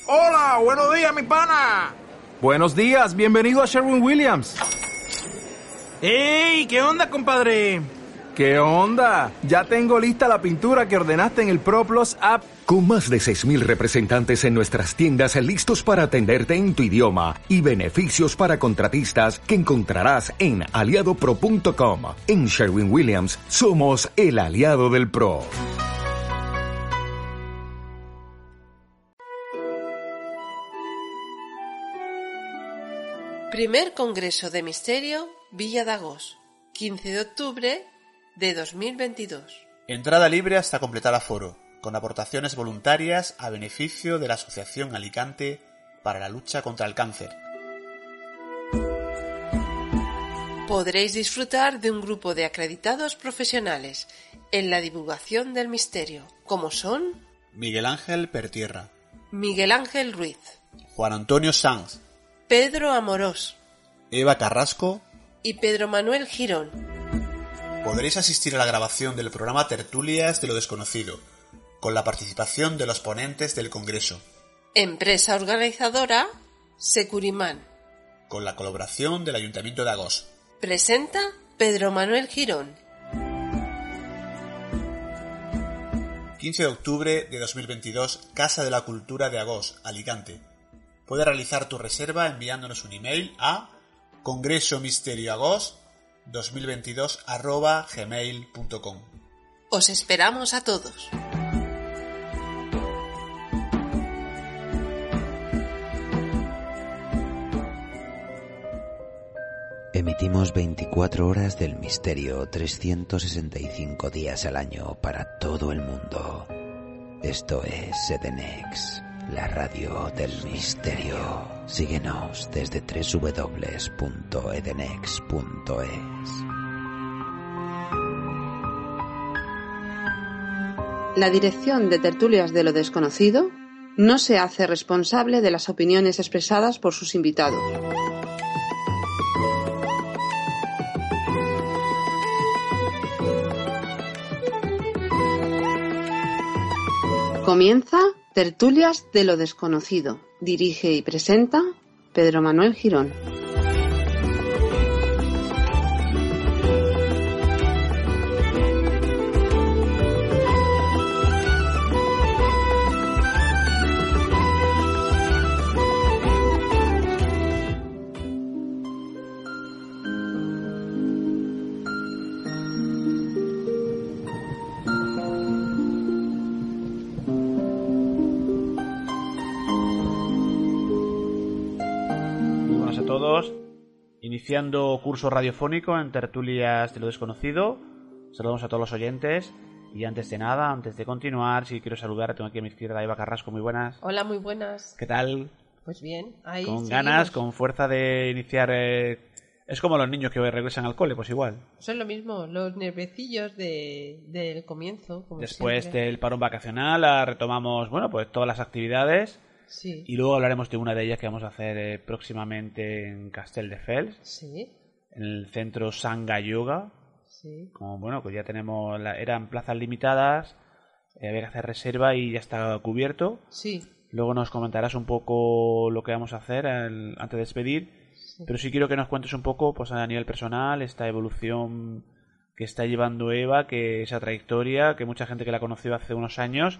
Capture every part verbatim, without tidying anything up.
Hola, buenos días, mi pana. Buenos días, bienvenido a Sherwin-Williams. ¡Ey! ¿Qué onda, compadre? ¿Qué onda? Ya tengo lista la pintura que ordenaste en el ProPlus app. Con más de seis mil representantes en nuestras tiendas listos para atenderte en tu idioma y beneficios para contratistas que encontrarás en aliado pro punto com. En Sherwin-Williams somos el aliado del pro. Primer Congreso de Misterio, Villa d'Agos, quince de octubre de dos mil veintidós. Entrada libre hasta completar aforo, con aportaciones voluntarias a beneficio de la Asociación Alicante para la lucha contra el cáncer. Podréis disfrutar de un grupo de acreditados profesionales en la divulgación del misterio, como son Miguel Ángel Pertierra, Miguel Ángel Ruiz, Juan Antonio Sanz, Pedro Amorós, Eva Carrasco y Pedro Manuel Girón. Podréis asistir a la grabación del programa Tertulias de lo Desconocido, con la participación de los ponentes del Congreso. Empresa organizadora, Securimán. Con la colaboración del Ayuntamiento de Agos. Presenta Pedro Manuel Girón. quince de octubre de dos mil veintidós, Casa de la Cultura de Agos, Alicante. Puedes realizar tu reserva enviándonos un email a congresomisterioagos dos mil veintidós arroba gmail punto com. Os esperamos a todos. Emitimos veinticuatro horas del misterio, trescientos sesenta y cinco días al año para todo el mundo. Esto es Edenex, la radio del misterio. Síguenos desde doble u doble u doble u punto edenex punto es. La dirección de Tertulias de lo Desconocido no se hace responsable de las opiniones expresadas por sus invitados. Comienza Tertulias de lo Desconocido. Dirige y presenta Pedro Manuel Girón. Iniciando curso radiofónico en Tertulias de lo Desconocido. Saludamos a todos los oyentes. Y antes de nada, antes de continuar, si quiero saludar, tengo aquí a mi izquierda a Eva Carrasco. Muy buenas. Hola, muy buenas. ¿Qué tal? Pues bien, ahí Con seguimos. ganas, con fuerza de iniciar... Eh... Es como los niños que regresan al cole, pues igual. Son lo mismo, los nerviecillos de, del comienzo. Como Después siempre. del parón vacacional, retomamos, bueno, pues todas las actividades. Sí. Y luego hablaremos de una de ellas que vamos a hacer eh, próximamente en Castelldefels. Sí. En el centro Sangha Yoga. Sí. Como bueno, pues ya tenemos, la, eran plazas limitadas, eh, había que hacer reserva y ya está cubierto. Sí. Luego nos comentarás un poco lo que vamos a hacer el, antes de despedir. Sí. Pero sí quiero que nos cuentes un poco, pues a nivel personal, esta evolución que está llevando Eva, que esa trayectoria, que mucha gente que la conoció hace unos años,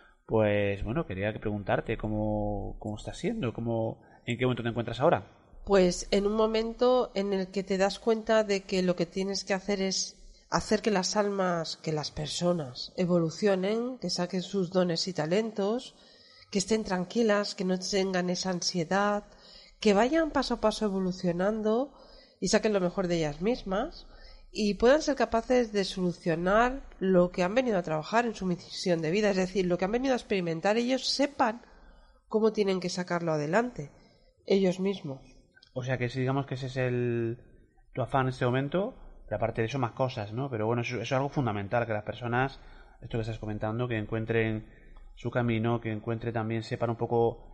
pues bueno, quería que preguntarte cómo, cómo está siendo, cómo, en qué momento te encuentras ahora. Pues en un momento en el que te das cuenta de que lo que tienes que hacer es hacer que las almas, que las personas evolucionen, que saquen sus dones y talentos, que estén tranquilas, que no tengan esa ansiedad, que vayan paso a paso evolucionando y saquen lo mejor de ellas mismas y puedan ser capaces de solucionar lo que han venido a trabajar en su misión de vida, es decir, lo que han venido a experimentar, ellos sepan cómo tienen que sacarlo adelante, ellos mismos. O sea que si digamos que ese es el tu afán en este momento, y aparte de eso más cosas, ¿no? Pero bueno, eso, eso es algo fundamental, que las personas, esto que estás comentando, que encuentren su camino, que encuentren también, sepan un poco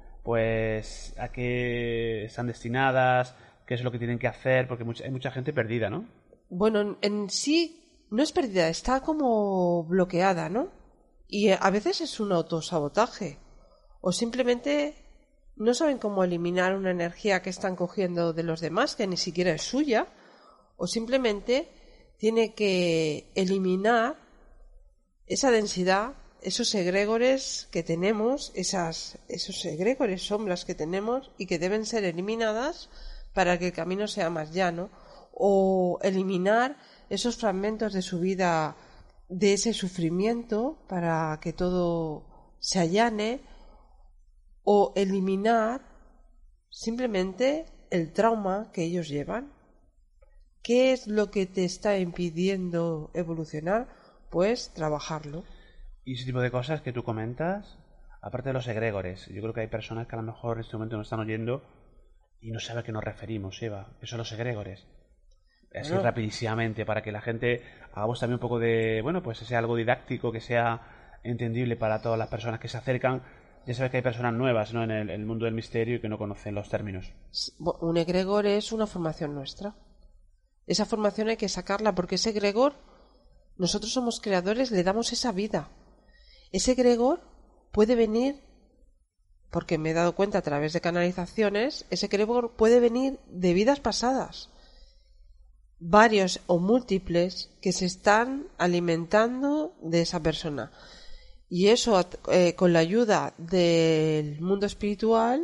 pues a qué están destinadas, qué es lo que tienen que hacer, porque mucha, hay mucha gente perdida, ¿no? Bueno, en, en sí no es perdida, está como bloqueada, ¿no? Y a veces es un autosabotaje o simplemente no saben cómo eliminar una energía que están cogiendo de los demás, que ni siquiera es suya, o simplemente tiene que eliminar esa densidad, esos egregores que tenemos, esas, esos egregores, sombras que tenemos y que deben ser eliminadas para que el camino sea más llano, o eliminar esos fragmentos de su vida, de ese sufrimiento para que todo se allane, o eliminar simplemente el trauma que ellos llevan. ¿Qué es lo que te está impidiendo evolucionar? Pues trabajarlo. Y ese tipo de cosas que tú comentas, aparte de los egregores, yo creo que hay personas que a lo mejor en este momento nos están oyendo y no saben a qué nos referimos, Eva. ¿Qué son los egregores? Así bueno. Rapidísimamente, para que la gente hagamos también un poco de, bueno, pues sea algo didáctico, que sea entendible para todas las personas que se acercan. Ya sabes que hay personas nuevas, ¿no?, en el, el mundo del misterio y que no conocen los términos. Un egregor es una formación nuestra. Esa formación hay que sacarla porque ese egregor, nosotros somos creadores, le damos esa vida. Ese egregor puede venir, porque me he dado cuenta a través de canalizaciones, ese egregor puede venir de vidas pasadas, varios o múltiples que se están alimentando de esa persona. Y eso, eh, con la ayuda del mundo espiritual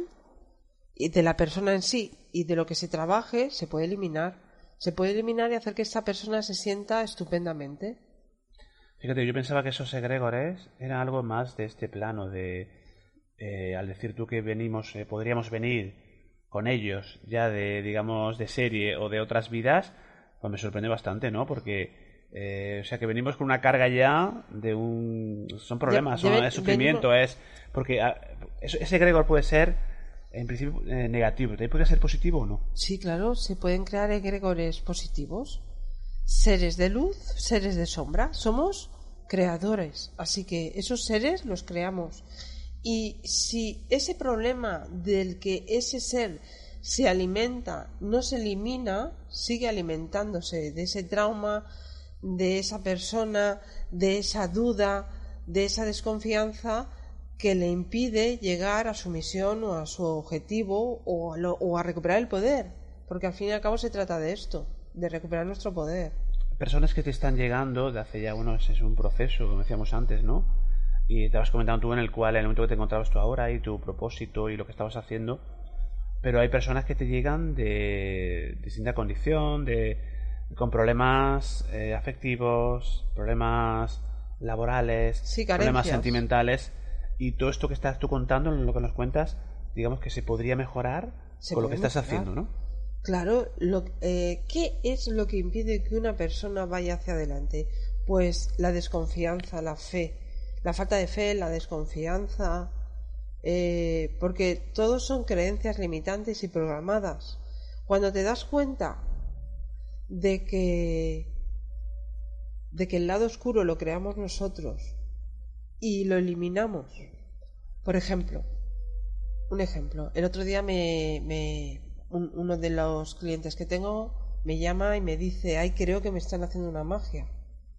y de la persona en sí y de lo que se trabaje, se puede eliminar. Se puede eliminar y hacer que esa persona se sienta estupendamente. Fíjate, yo pensaba que esos egregores eran algo más de este plano, de eh, al decir tú que venimos, eh, podríamos venir con ellos ya de, digamos, de serie o de otras vidas, pues me sorprende bastante, ¿no? Porque Eh, o sea que venimos con una carga ya de un... son problemas, de, de, ¿no? Es sufrimiento, venimos... es... porque a, ese egregor puede ser en principio eh, negativo, ¿también podría ser positivo o no? Sí, claro, se pueden crear egregores positivos, seres de luz, seres de sombra, somos creadores, así que esos seres los creamos. Y si ese problema del que ese ser se alimenta no se elimina, sigue alimentándose de ese trauma, de esa persona, de esa duda, de esa desconfianza que le impide llegar a su misión o a su objetivo o a, lo, o a recuperar el poder, porque al fin y al cabo se trata de esto, de recuperar nuestro poder. Personas que te están llegando de hace ya, bueno, ese es un proceso, como decíamos antes, ¿no? Y te vas comentando tú en el cual, en el momento que te encontrabas tú ahora y tu propósito y lo que estabas haciendo, pero hay personas que te llegan de distinta condición, de con problemas eh, afectivos, problemas laborales, sí, problemas sentimentales, y todo esto que estás tú contando, en lo que nos cuentas, digamos que se podría mejorar se con lo que estás mejorar. haciendo, ¿no? Claro, lo, eh, ¿qué es lo que impide que una persona vaya hacia adelante? Pues la desconfianza, la fe, la falta de fe, la desconfianza, eh, porque todos son creencias limitantes y programadas. Cuando te das cuenta de que de que el lado oscuro lo creamos nosotros y lo eliminamos, por ejemplo, un ejemplo, el otro día me, me un, uno de los clientes que tengo me llama y me dice: ay, creo que me están haciendo una magia,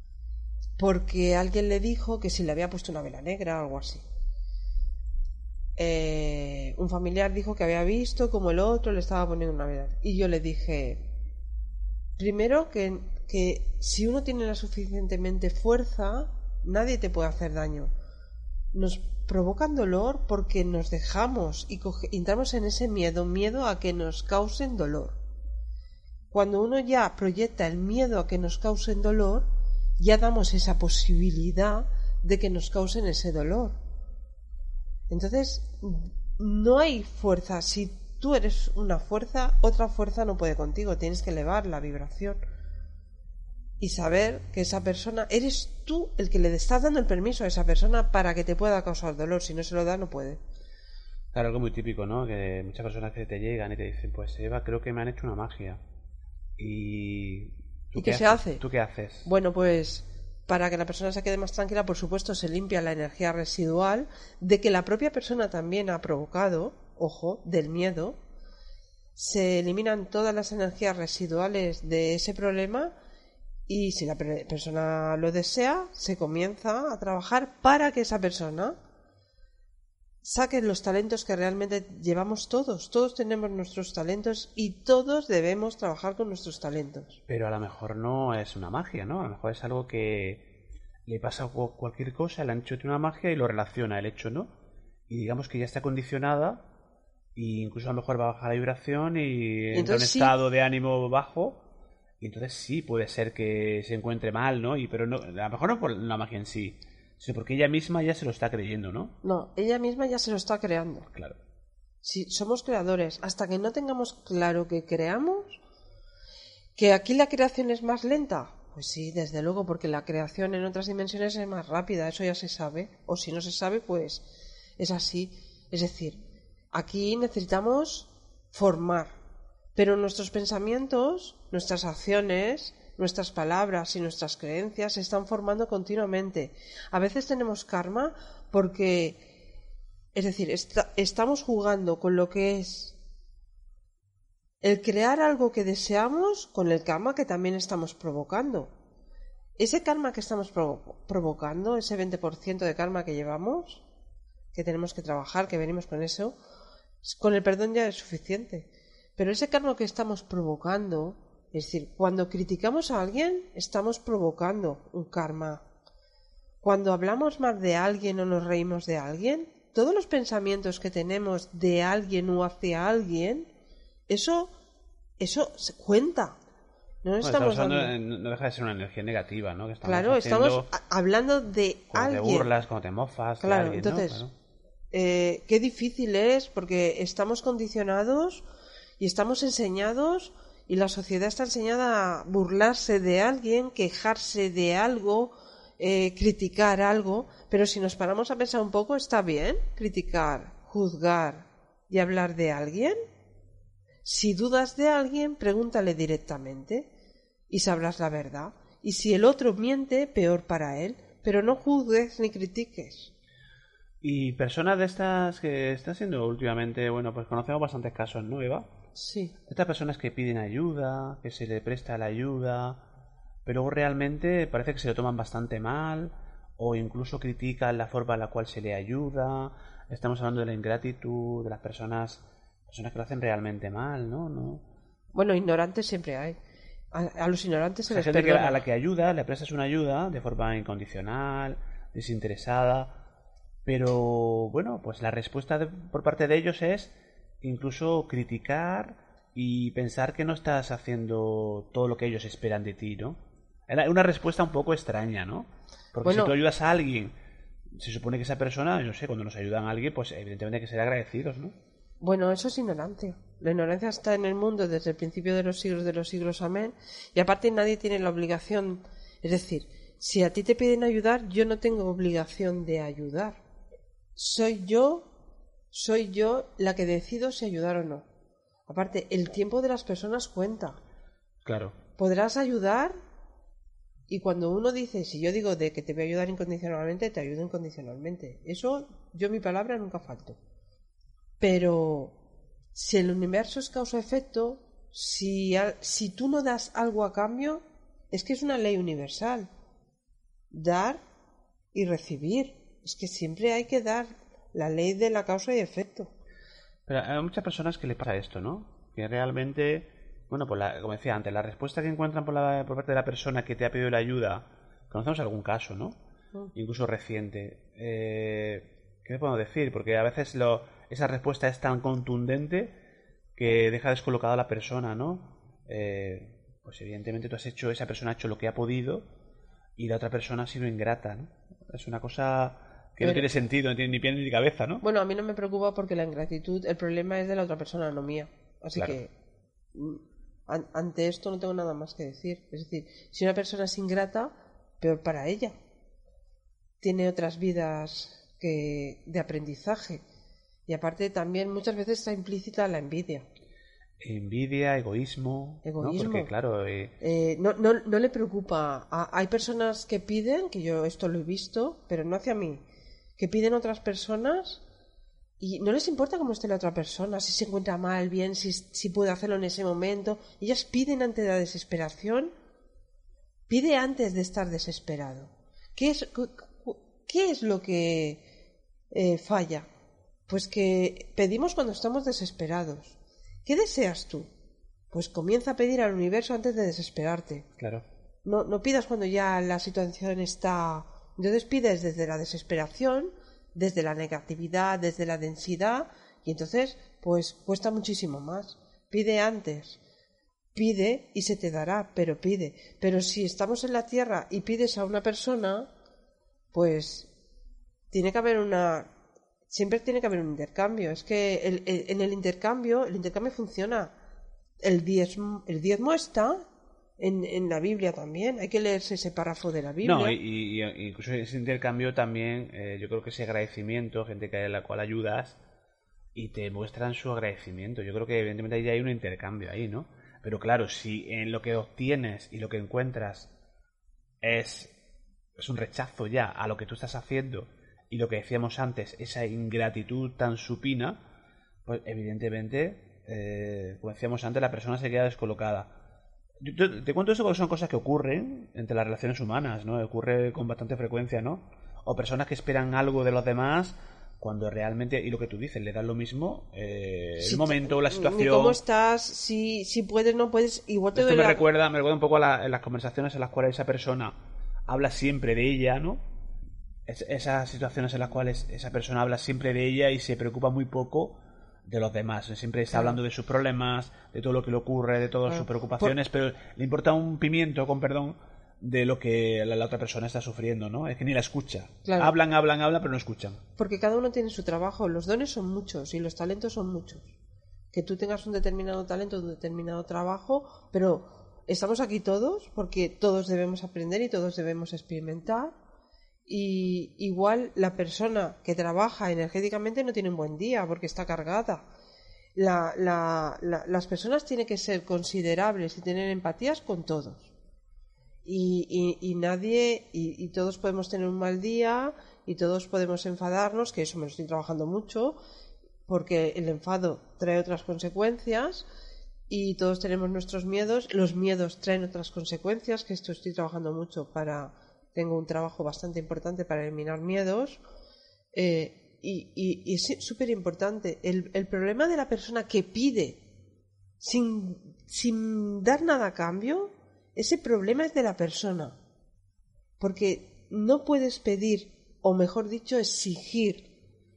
porque alguien le dijo que si le había puesto una vela negra o algo así. Eh, un familiar dijo que había visto como el otro le estaba poniendo una vela, y yo le dije: primero, que, que si uno tiene la suficientemente fuerza, nadie te puede hacer daño. Nos provocan dolor porque nos dejamos y coge, entramos en ese miedo, miedo a que nos causen dolor. Cuando uno ya proyecta el miedo a que nos causen dolor, ya damos esa posibilidad de que nos causen ese dolor. Entonces, no hay fuerza. Si tú eres una fuerza, otra fuerza no puede contigo, tienes que elevar la vibración y saber que esa persona, eres tú el que le estás dando el permiso a esa persona para que te pueda causar dolor. Si no se lo da, no puede. Claro, algo muy típico, ¿no? Que muchas personas que te llegan y te dicen: pues Eva, creo que me han hecho una magia. ¿Y, ¿Y qué, qué se hace? ¿Tú qué haces? Bueno, pues para que la persona se quede más tranquila, por supuesto, se limpia la energía residual de que la propia persona también ha provocado, ojo, del miedo. Se eliminan todas las energías residuales de ese problema y, si la persona lo desea, se comienza a trabajar para que esa persona saquen los talentos que realmente llevamos todos. Todos tenemos nuestros talentos y todos debemos trabajar con nuestros talentos. Pero a lo mejor no es una magia, ¿no? A lo mejor es algo que le pasa a cualquier cosa, le han hecho una magia y lo relaciona el hecho, ¿no? Y digamos que ya está condicionada e incluso a lo mejor va a bajar la vibración y, y entra en un sí. estado de ánimo bajo y entonces sí puede ser que se encuentre mal, ¿no? Y pero no, a lo mejor no por la magia en sí, sino porque ella misma ya se lo está creyendo, ¿no? No, ella misma ya se lo está creando. Claro. Si somos creadores, hasta que no tengamos claro que creamos, que aquí la creación es más lenta, pues sí, desde luego, porque la creación en otras dimensiones es más rápida, eso ya se sabe, o si no se sabe, pues es así. Es decir, aquí necesitamos formar, pero nuestros pensamientos, nuestras acciones, nuestras palabras y nuestras creencias se están formando continuamente. A veces tenemos karma porque, es decir, está, estamos jugando con lo que es el crear algo que deseamos con el karma que también estamos provocando. Ese karma que estamos provo- provocando, ese veinte por ciento de karma que llevamos, que tenemos que trabajar, que venimos con eso, con el perdón ya es suficiente. Pero ese karma que estamos provocando, es decir, cuando criticamos a alguien, estamos provocando un karma. Cuando hablamos mal de alguien o nos reímos de alguien, todos los pensamientos que tenemos de alguien o hacia alguien, eso, eso se cuenta. No, bueno, estamos estamos dando... en, no deja de ser una energía negativa, ¿no? Que estamos claro, estamos hablando de cuando alguien. Cuando te burlas, cuando te mofas claro, de alguien, entonces, ¿no? Claro. Eh, qué difícil es, porque estamos condicionados y estamos enseñados, y la sociedad está enseñada a burlarse de alguien, quejarse de algo, eh, criticar algo, pero si nos paramos a pensar un poco, ¿está bien criticar, juzgar y hablar de alguien? Si dudas de alguien, pregúntale directamente y sabrás la verdad. Y si el otro miente, peor para él, pero no juzgues ni critiques. Y personas de estas que están siendo últimamente, bueno, pues conocemos bastantes casos, ¿no, Eva? Sí. Estas personas que piden ayuda, que se le presta la ayuda, pero luego realmente parece que se lo toman bastante mal, o incluso critican la forma en la cual se le ayuda. Estamos hablando de la ingratitud, de las personas, personas que lo hacen realmente mal, ¿no? ¿No? Bueno, ignorantes siempre hay. A, a los ignorantes se o sea, les gente perdona. Que a la que ayuda, le prestas una ayuda de forma incondicional, desinteresada. Pero bueno, pues la respuesta de, por parte de ellos es incluso criticar y pensar que no estás haciendo todo lo que ellos esperan de ti, ¿no? Era una respuesta un poco extraña, ¿no? Porque bueno, si tú ayudas a alguien, se supone que esa persona, yo sé, cuando nos ayudan a alguien, pues evidentemente hay que ser agradecidos, ¿no? Bueno, eso es ignorancia. La ignorancia está en el mundo desde el principio de los siglos de los siglos, amén. Y aparte nadie tiene la obligación, es decir, si a ti te piden ayudar, yo no tengo obligación de ayudar. Soy yo, soy yo la que decido si ayudar o no. Aparte, el tiempo de las personas cuenta. Claro. Podrás ayudar y cuando uno dice, si yo digo de que te voy a ayudar incondicionalmente, te ayudo incondicionalmente. Eso, yo mi palabra nunca falto. Pero si el universo es causa-efecto, si, si tú no das algo a cambio, es que es una ley universal. Dar y recibir. Es que siempre hay que dar la ley de la causa y efecto. Pero hay muchas personas que les pasa esto, ¿no? Que realmente, bueno, pues la, como decía antes, la respuesta que encuentran por, la, por parte de la persona que te ha pedido la ayuda, conocemos algún caso, ¿no? Mm. Incluso reciente. Eh, ¿Qué le podemos decir? Porque a veces lo, esa respuesta es tan contundente que deja descolocada a la persona, ¿no? Eh, pues evidentemente tú has hecho, esa persona ha hecho lo que ha podido y la otra persona ha sido ingrata, ¿no? Es una cosa que Pero, no tiene sentido, no tiene ni pie ni cabeza, ¿no? Bueno, a mí no me preocupa porque la ingratitud, el problema es de la otra persona, no mía. Así claro. que an, ante esto no tengo nada más que decir. Es decir, si una persona es ingrata, peor para ella. Tiene otras vidas que de aprendizaje. Y aparte también muchas veces está implícita la envidia. Envidia, egoísmo. Egoísmo. ¿No? Porque, claro. Eh... Eh, no, no, no le preocupa. A, hay personas que piden, que yo esto lo he visto, pero no hacia mí, que piden otras personas y no les importa cómo esté la otra persona, si se encuentra mal, bien, si, si puede hacerlo en ese momento. Ellas piden ante la desesperación, pide antes de estar desesperado. ¿Qué es, qué es lo que eh, falla? Pues que pedimos cuando estamos desesperados. ¿Qué deseas tú? Pues comienza a pedir al universo antes de desesperarte. Claro. No, no pidas cuando ya la situación está... Entonces pides desde la desesperación, desde la negatividad, desde la densidad, y entonces pues cuesta muchísimo más. Pide antes. Pide y se te dará, pero pide. Pero si estamos en la tierra y pides a una persona, pues tiene que haber una... Siempre tiene que haber un intercambio. Es que el, el, en el intercambio, el intercambio funciona. El diezmo, el diezmo está en, en la Biblia también. Hay que leerse ese párrafo de la Biblia. No, y, y incluso ese intercambio también, eh, yo creo que ese agradecimiento, gente que a la cual ayudas y te muestran su agradecimiento. Yo creo que evidentemente ahí hay un intercambio ahí, ¿no? Pero claro, si en lo que obtienes y lo que encuentras es, es un rechazo ya a lo que tú estás haciendo y lo que decíamos antes, esa ingratitud tan supina, pues evidentemente... Eh, como decíamos antes, la persona se queda descolocada. Yo te, te cuento eso porque son cosas que ocurren entre las relaciones humanas, ¿no? Ocurre con bastante frecuencia, ¿no? O personas que esperan algo de los demás cuando realmente, y lo que tú dices, le das lo mismo, eh, si el momento, la situación. Ni cómo estás, si, si puedes, no puedes, igual te Esto doy me la... recuerda, me recuerda un poco a la, en las conversaciones en las cuales esa persona habla siempre de ella, ¿no? Es, esas situaciones en las cuales esa persona habla siempre de ella y se preocupa muy poco de los demás. Siempre está Claro. hablando de sus problemas, de todo lo que le ocurre, de todas Claro. sus preocupaciones, pero le importa un pimiento, con perdón, de lo que la, la otra persona está sufriendo, ¿no? Es que ni la escucha. Claro. Hablan, hablan, hablan, pero no escuchan. Porque cada uno tiene su trabajo. Los dones son muchos y los talentos son muchos. Que tú tengas un determinado talento, un determinado trabajo, pero estamos aquí todos porque todos debemos aprender y todos debemos experimentar. Y igual la persona que trabaja energéticamente no tiene un buen día porque está cargada. La, la, la, las personas tienen que ser considerables y tener empatías con todos. Y, y, y nadie, y, y todos podemos tener un mal día y todos podemos enfadarnos, que eso me lo estoy trabajando mucho, porque el enfado trae otras consecuencias y todos tenemos nuestros miedos. Los miedos traen otras consecuencias, que esto estoy trabajando mucho para... Tengo un trabajo bastante importante para eliminar miedos eh, y, y, y es súper importante. El, el problema de la persona que pide sin, sin dar nada a cambio, ese problema es de la persona. Porque no puedes pedir, o mejor dicho, exigir.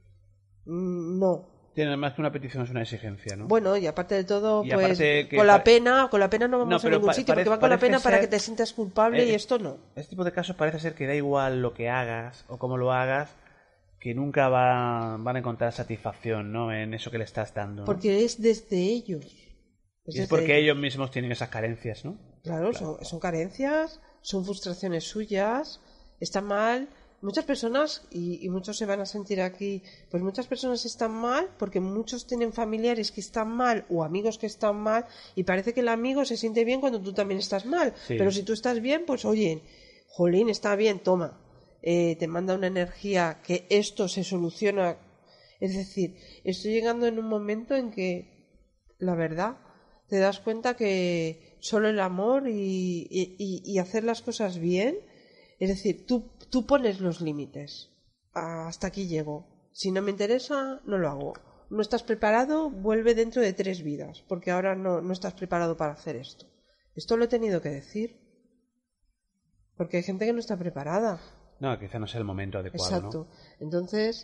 No. Tiene más que una petición, es una exigencia, ¿no? Bueno, y aparte de todo, Y pues aparte que con la pare- pena, con la pena no vamos No, a ningún pa- sitio, parece- porque va con la parece pena para ser- que te sientas culpable Eh, y esto no. Este tipo de casos parece ser que da igual lo que hagas o cómo lo hagas, que nunca va, van a encontrar satisfacción, ¿no? En eso que le estás dando, ¿no? Porque es desde ellos. Y es desde porque ellos mismos tienen esas carencias, ¿no? Claro, Son, son carencias, son frustraciones suyas, está mal. Muchas personas, y, y muchos se van a sentir aquí, pues muchas personas están mal porque muchos tienen familiares que están mal o amigos que están mal y parece que el amigo se siente bien cuando tú también estás mal. Sí. Pero si tú estás bien, pues oye, jolín, está bien, toma. Eh, te manda una energía que esto se soluciona. Es decir, estoy llegando en un momento en que, la verdad, te das cuenta que solo el amor y, y, y hacer las cosas bien, es decir, tú, tú pones los límites. Hasta aquí llego. Si no me interesa, no lo hago. No estás preparado, vuelve dentro de tres vidas, porque ahora no, no estás preparado para hacer esto. Esto lo he tenido que decir. Porque hay gente que no está preparada. No, quizá no sea el momento adecuado, Exacto. ¿no? Entonces,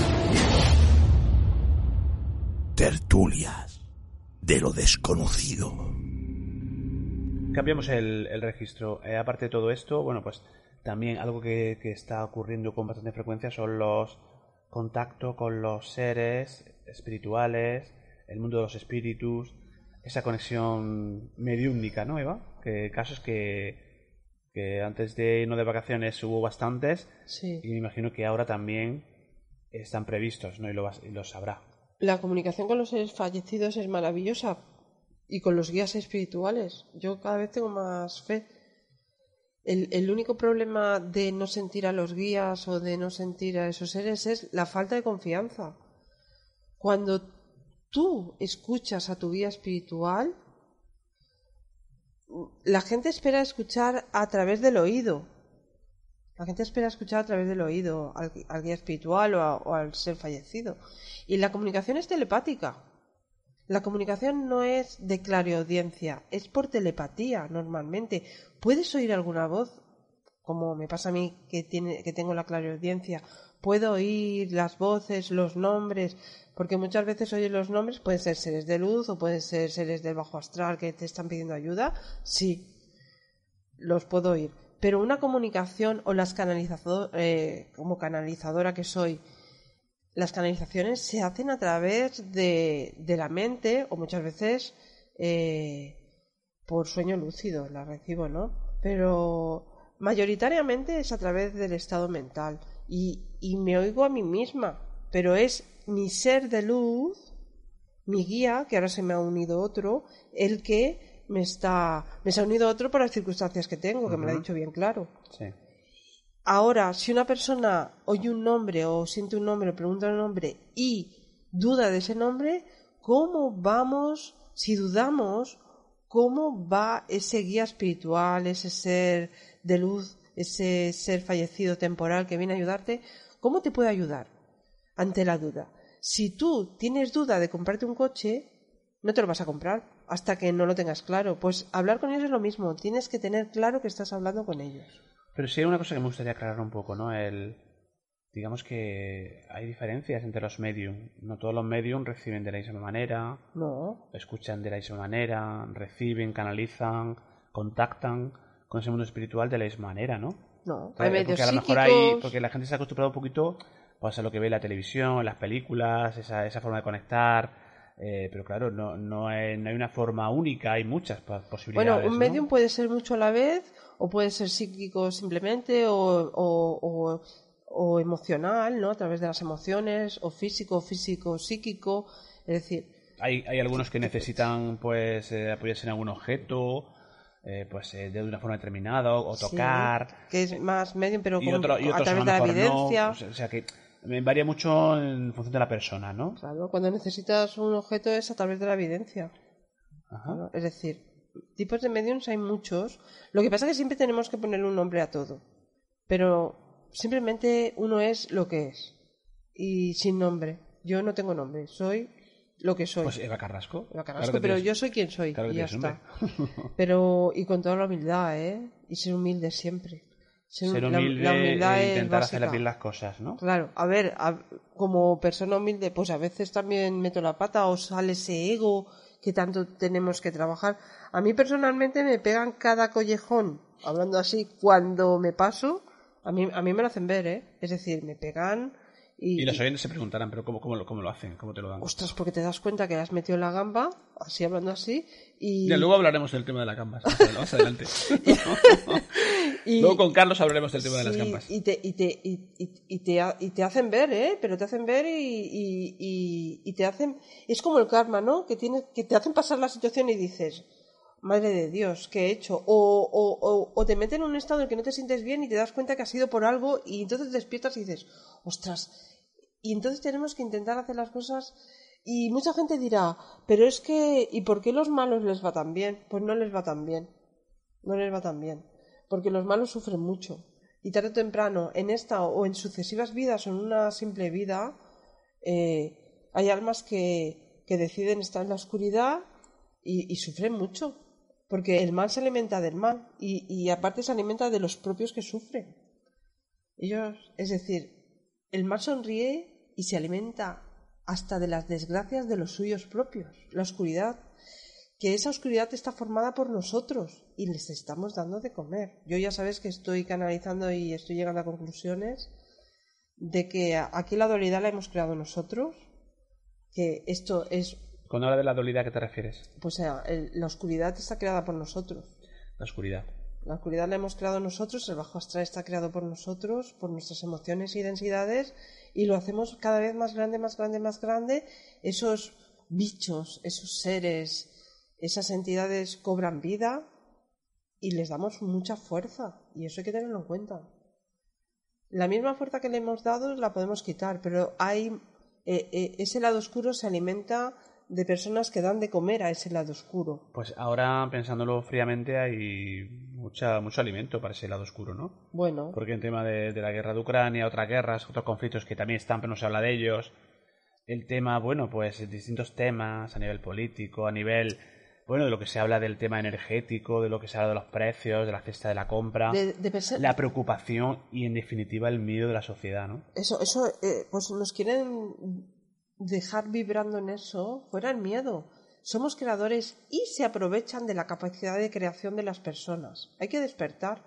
Tertulias de lo desconocido. Cambiamos el, el registro. Eh, aparte de todo esto, bueno, pues también algo que, que está ocurriendo con bastante frecuencia son los contactos con los seres espirituales, el mundo de los espíritus, esa conexión mediúmnica, ¿no, Eva? Que casos que, que antes de irnos de vacaciones hubo bastantes, sí. Y me imagino que ahora también están previstos, ¿no? Y lo, vas- y lo sabrá. La comunicación con los seres fallecidos es maravillosa y con los guías espirituales. Yo cada vez tengo más fe. El, el único problema de no sentir a los guías o de no sentir a esos seres es la falta de confianza. Cuando tú escuchas a tu guía espiritual, la gente espera escuchar a través del oído. La gente espera escuchar a través del oído al, al guía espiritual o, a, o al ser fallecido. Y la comunicación es telepática. La comunicación no es de clariaudiencia, es por telepatía normalmente. Puedes oír alguna voz, como me pasa a mí que, tiene, que tengo la clariaudiencia. Puedo oír las voces, los nombres, porque muchas veces oyes los nombres, pueden ser seres de luz o pueden ser seres del bajo astral que te están pidiendo ayuda. Sí, los puedo oír. Pero una comunicación o las canalizadoras, eh, como canalizadora que soy, las canalizaciones se hacen a través de, de la mente o muchas veces eh, por sueño lúcido, las recibo, ¿no? Pero mayoritariamente es a través del estado mental y, y me oigo a mí misma, pero es mi ser de luz, mi guía, que ahora se me ha unido otro, el que me está me se ha unido otro por las circunstancias que tengo, que uh-huh. me lo ha dicho bien claro. Sí. Ahora, si una persona oye un nombre o siente un nombre o pregunta un nombre y duda de ese nombre, ¿cómo vamos, si dudamos, cómo va ese guía espiritual, ese ser de luz, ese ser fallecido temporal que viene a ayudarte? ¿Cómo te puede ayudar ante la duda? Si tú tienes duda de comprarte un coche, no te lo vas a comprar hasta que no lo tengas claro. Pues hablar con ellos es lo mismo. Tienes que tener claro que estás hablando con ellos. Pero sí hay una cosa que me gustaría aclarar un poco, ¿no? El, digamos que hay diferencias entre los medium. No todos los medium reciben de la misma manera. No. Escuchan de la misma manera, reciben, canalizan, contactan con ese mundo espiritual de la misma manera, ¿no? No. Hay medios porque a lo mejor hay, porque la gente se ha acostumbrado un poquito pues, a lo que ve en la televisión, en las películas, esa, esa forma de conectar. Eh, pero claro, no, no, hay, no hay una forma única, hay muchas posibilidades. Bueno, un medium, ¿no?, puede ser mucho a la vez, o puede ser psíquico simplemente, o, o, o, o emocional, ¿no? A través de las emociones, o físico, físico, psíquico, es decir... Hay, hay algunos que necesitan pues eh, apoyarse en algún objeto, eh, pues eh, de una forma determinada, o, o tocar... Sí, que es más medium, pero y con, otro, y a través a de la evidencia... No, o sea que... varía mucho en función de la persona, ¿no? Claro, cuando necesitas un objeto es a través de la evidencia. Ajá. Claro, es decir, tipos de mediums hay muchos. Lo que pasa es que siempre tenemos que ponerle un nombre a todo. Pero simplemente uno es lo que es. Y sin nombre. Yo no tengo nombre. Soy lo que soy. Pues Eva Carrasco. Eva Carrasco, claro pero tienes... yo soy quien soy. Claro y ya está. Pero, y con toda la humildad, ¿eh? Y ser humilde siempre. Ser, ser humilde la, la humildad e intentar hacer bien las cosas, ¿no? Claro, a ver, a, como persona humilde, pues a veces también meto la pata o sale ese ego que tanto tenemos que trabajar. A mí personalmente me pegan cada collejón, hablando así, cuando me paso, a mí, a mí me lo hacen ver, ¿eh? Es decir, me pegan y... Y los oyentes se preguntarán, ¿pero cómo, cómo, lo, cómo lo hacen? ¿Cómo te lo dan? Ostras, porque te das cuenta que has metido la gamba, así hablando así, y... Ya, luego hablaremos del tema de la gamba, más adelante. y, luego con Carlos hablaremos del tema sí, de las gambas. Y te, y, te, y, y, y, te, y te hacen ver, ¿eh? Pero te hacen ver y, y, y, y te hacen... Es como el karma, ¿no? Que, tienes, que te hacen pasar la situación y dices... Madre de Dios, ¿qué he hecho? O, o, o, o te meten en un estado en el que no te sientes bien y te das cuenta que ha sido por algo y entonces te despiertas y dices, ostras... Y entonces tenemos que intentar hacer las cosas y mucha gente dirá, pero es que, ¿y por qué los malos les va tan bien? Pues no les va tan bien, no les va tan bien, porque los malos sufren mucho y tarde o temprano, en esta o en sucesivas vidas o en una simple vida, eh, hay almas que, que deciden estar en la oscuridad y, y sufren mucho, porque el mal se alimenta del mal y, y aparte se alimenta de los propios que sufren. Ellos, es decir, el mal sonríe y se alimenta hasta de las desgracias de los suyos propios. La oscuridad, que esa oscuridad está formada por nosotros y les estamos dando de comer. Yo ya sabes que estoy canalizando y estoy llegando a conclusiones de que aquí la dualidad la hemos creado nosotros, que esto es... Cuando habla de la dualidad, ¿a qué te refieres? Pues sea, el, la oscuridad está creada por nosotros. La oscuridad. La oscuridad la hemos creado nosotros, el bajo astral está creado por nosotros, por nuestras emociones y densidades, y lo hacemos cada vez más grande, más grande, más grande. Esos bichos, esos seres, esas entidades cobran vida y les damos mucha fuerza, y eso hay que tenerlo en cuenta. La misma fuerza que le hemos dado la podemos quitar, pero hay eh, eh, ese lado oscuro se alimenta de personas que dan de comer a ese lado oscuro. Pues ahora, pensándolo fríamente, hay mucha, mucho alimento para ese lado oscuro, ¿no? Bueno. Porque en tema de, de la guerra de Ucrania, otras guerras, otros conflictos que también están, pero no se habla de ellos. El tema, bueno, pues distintos temas a nivel político, a nivel, bueno, de lo que se habla del tema energético, de lo que se habla de los precios, de la cesta de la compra, de, de perse- la preocupación y, en definitiva, el miedo de la sociedad, ¿no? Eso, eso, eh, pues nos quieren dejar vibrando en eso, fuera el miedo. Somos creadores y se aprovechan de la capacidad de creación de las personas. Hay que despertar.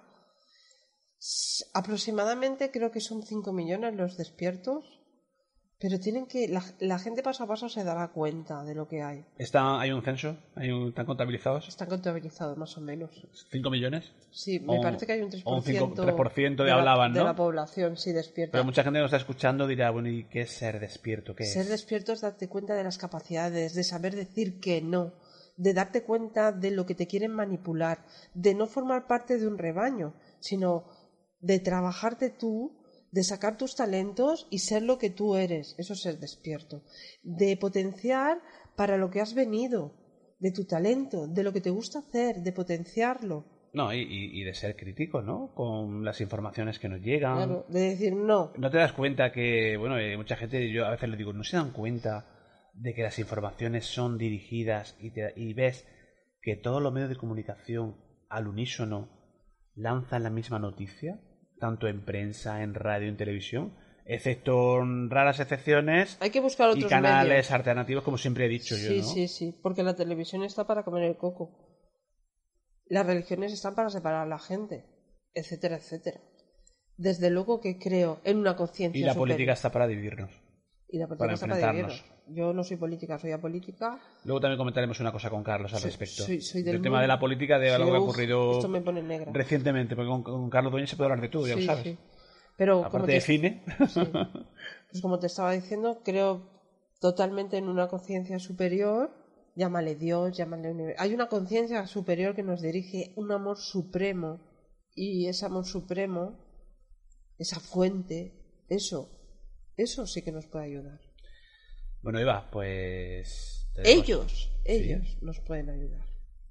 S- aproximadamente creo que son cinco millones los despiertos, pero tienen que la, la gente paso a paso se dará cuenta de lo que hay. ¿Está, ¿Hay un censo? ¿Hay un, ¿Están contabilizados? Están contabilizados más o menos. ¿cinco millones? Sí, me O- parece que hay un tres o por un ciento, cinco tres por ciento de la- hablaban, de ¿no? la población, sí, despierta. Pero mucha gente que nos está escuchando dirá, bueno, ¿y qué es ser despierto? ¿Qué Ser es? despierto es darte cuenta de las capacidades, de saber decir que no, de darte cuenta de lo que te quieren manipular, de no formar parte de un rebaño, sino de trabajarte tú, de sacar tus talentos y ser lo que tú eres. Eso es ser despierto. De potenciar para lo que has venido, de tu talento, de lo que te gusta hacer, de potenciarlo. No, y, y- y de ser crítico, ¿no? Con las informaciones que nos llegan. Claro, de decir no. ¿No te das cuenta que, bueno, eh, mucha gente, yo a veces le digo, no se dan cuenta de que las informaciones son dirigidas y, te- y ves que todos los medios de comunicación al unísono lanzan la misma noticia, tanto en prensa, en radio, en televisión, excepto en raras excepciones Hay que buscar otros y canales medios. alternativos, como siempre he dicho Sí, yo, ¿no? sí, sí, porque la televisión está para comer el coco. Las religiones están para separar a la gente, etcétera, etcétera. Desde luego que creo en una conciencia Y la superior. política está para dividirnos. Y la política para está para enfrentarnos. dividirnos. Yo no soy política, soy apolítica. Luego también comentaremos una cosa con Carlos al Soy- respecto. soy- soy del tema mundo. de la política, de Sí, algo que ha uf, ocurrido esto me pone negra. recientemente, porque con, con Carlos Dueñas se puede hablar de todo, ya Sí, lo sabes. sí. Pero como Aparte te, de cine. sí. Pues como te estaba diciendo, creo totalmente en una conciencia superior. Llámale Dios, llámale universo. Hay una conciencia superior que nos dirige, un amor supremo. Y ese amor supremo, esa fuente, eso, eso sí que nos puede ayudar. Bueno, Eva, pues... tenemos- Ellos, Sí. ellos nos pueden ayudar.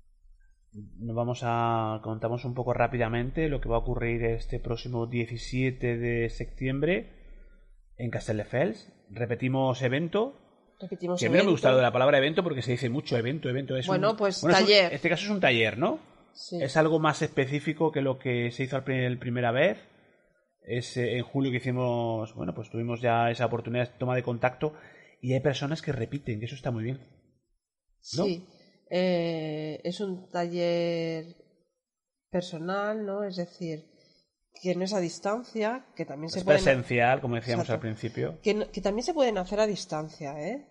Nos vamos a... Contamos un poco rápidamente lo que va a ocurrir este próximo diecisiete de septiembre en Castelldefels. Repetimos evento. Repetimos Que a mí no me evento. gusta lo de la palabra evento porque se dice mucho evento, evento. Es Bueno, un- pues, es un- taller. en este caso es un taller, ¿no? Sí. Es algo más específico que lo que se hizo la pri- primera vez. Es eh, en julio que hicimos, bueno, pues tuvimos ya esa oportunidad de toma de contacto y hay personas que repiten, que eso está muy bien. ¿no? Sí, eh, es un taller personal, ¿no? Es decir, que no es a distancia, que también se Es puede presencial, como decíamos Exacto. al principio. que, no- que también se pueden hacer a distancia, ¿eh?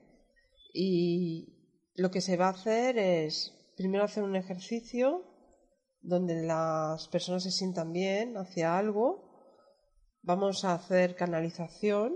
Y lo que se va a hacer es primero hacer un ejercicio donde las personas se sientan bien hacia algo. Vamos a hacer canalización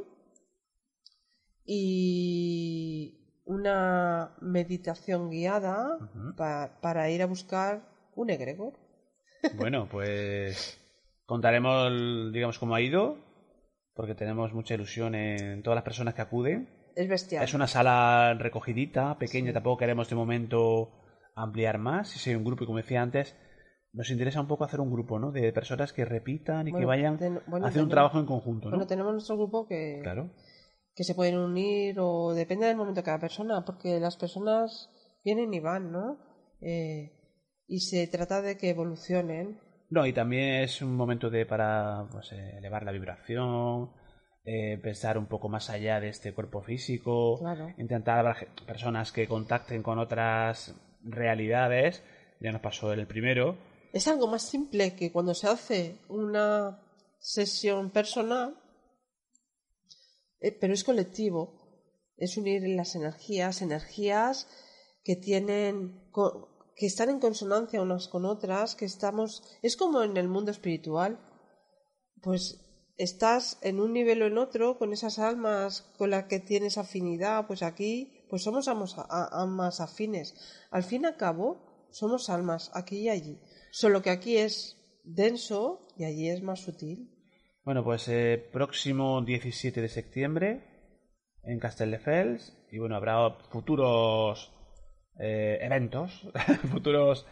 y una meditación guiada pa- para ir a buscar un egregor. Bueno, pues contaremos, digamos, cómo ha ido, porque tenemos mucha ilusión en todas las personas que acuden. Es bestial. Es una sala recogidita, pequeña, tampoco queremos de momento ampliar más. Si hay un grupo, y como decía antes, nos interesa un poco hacer un grupo, ¿no? De personas que repitan y Bueno, que vayan ten- bueno, a hacer un tenemos- trabajo en conjunto, ¿no? Bueno, tenemos nuestro grupo que, Claro. que se pueden unir o depende del momento de cada persona, porque las personas vienen y van, ¿no? Eh, y se trata de que evolucionen. No, y también es un momento de para pues, eh, elevar la vibración, eh, pensar un poco más allá de este cuerpo físico, Claro. intentar haber ge- personas que contacten con otras realidades. Ya nos pasó el primero. Es algo más simple que cuando se hace una sesión personal, eh, pero es colectivo. Es unir las energías, energías que tienen, co- que están en consonancia unas con otras, que estamos, es como en el mundo espiritual, pues estás en un nivel o en otro con esas almas con las que tienes afinidad, pues aquí, pues somos almas, a- almas afines. Al fin y al cabo, somos almas aquí y allí, solo que aquí es denso y allí es más sutil. Bueno, pues eh, próximo diecisiete de septiembre en Castelldefels, y bueno, habrá futuros eh, eventos, futuros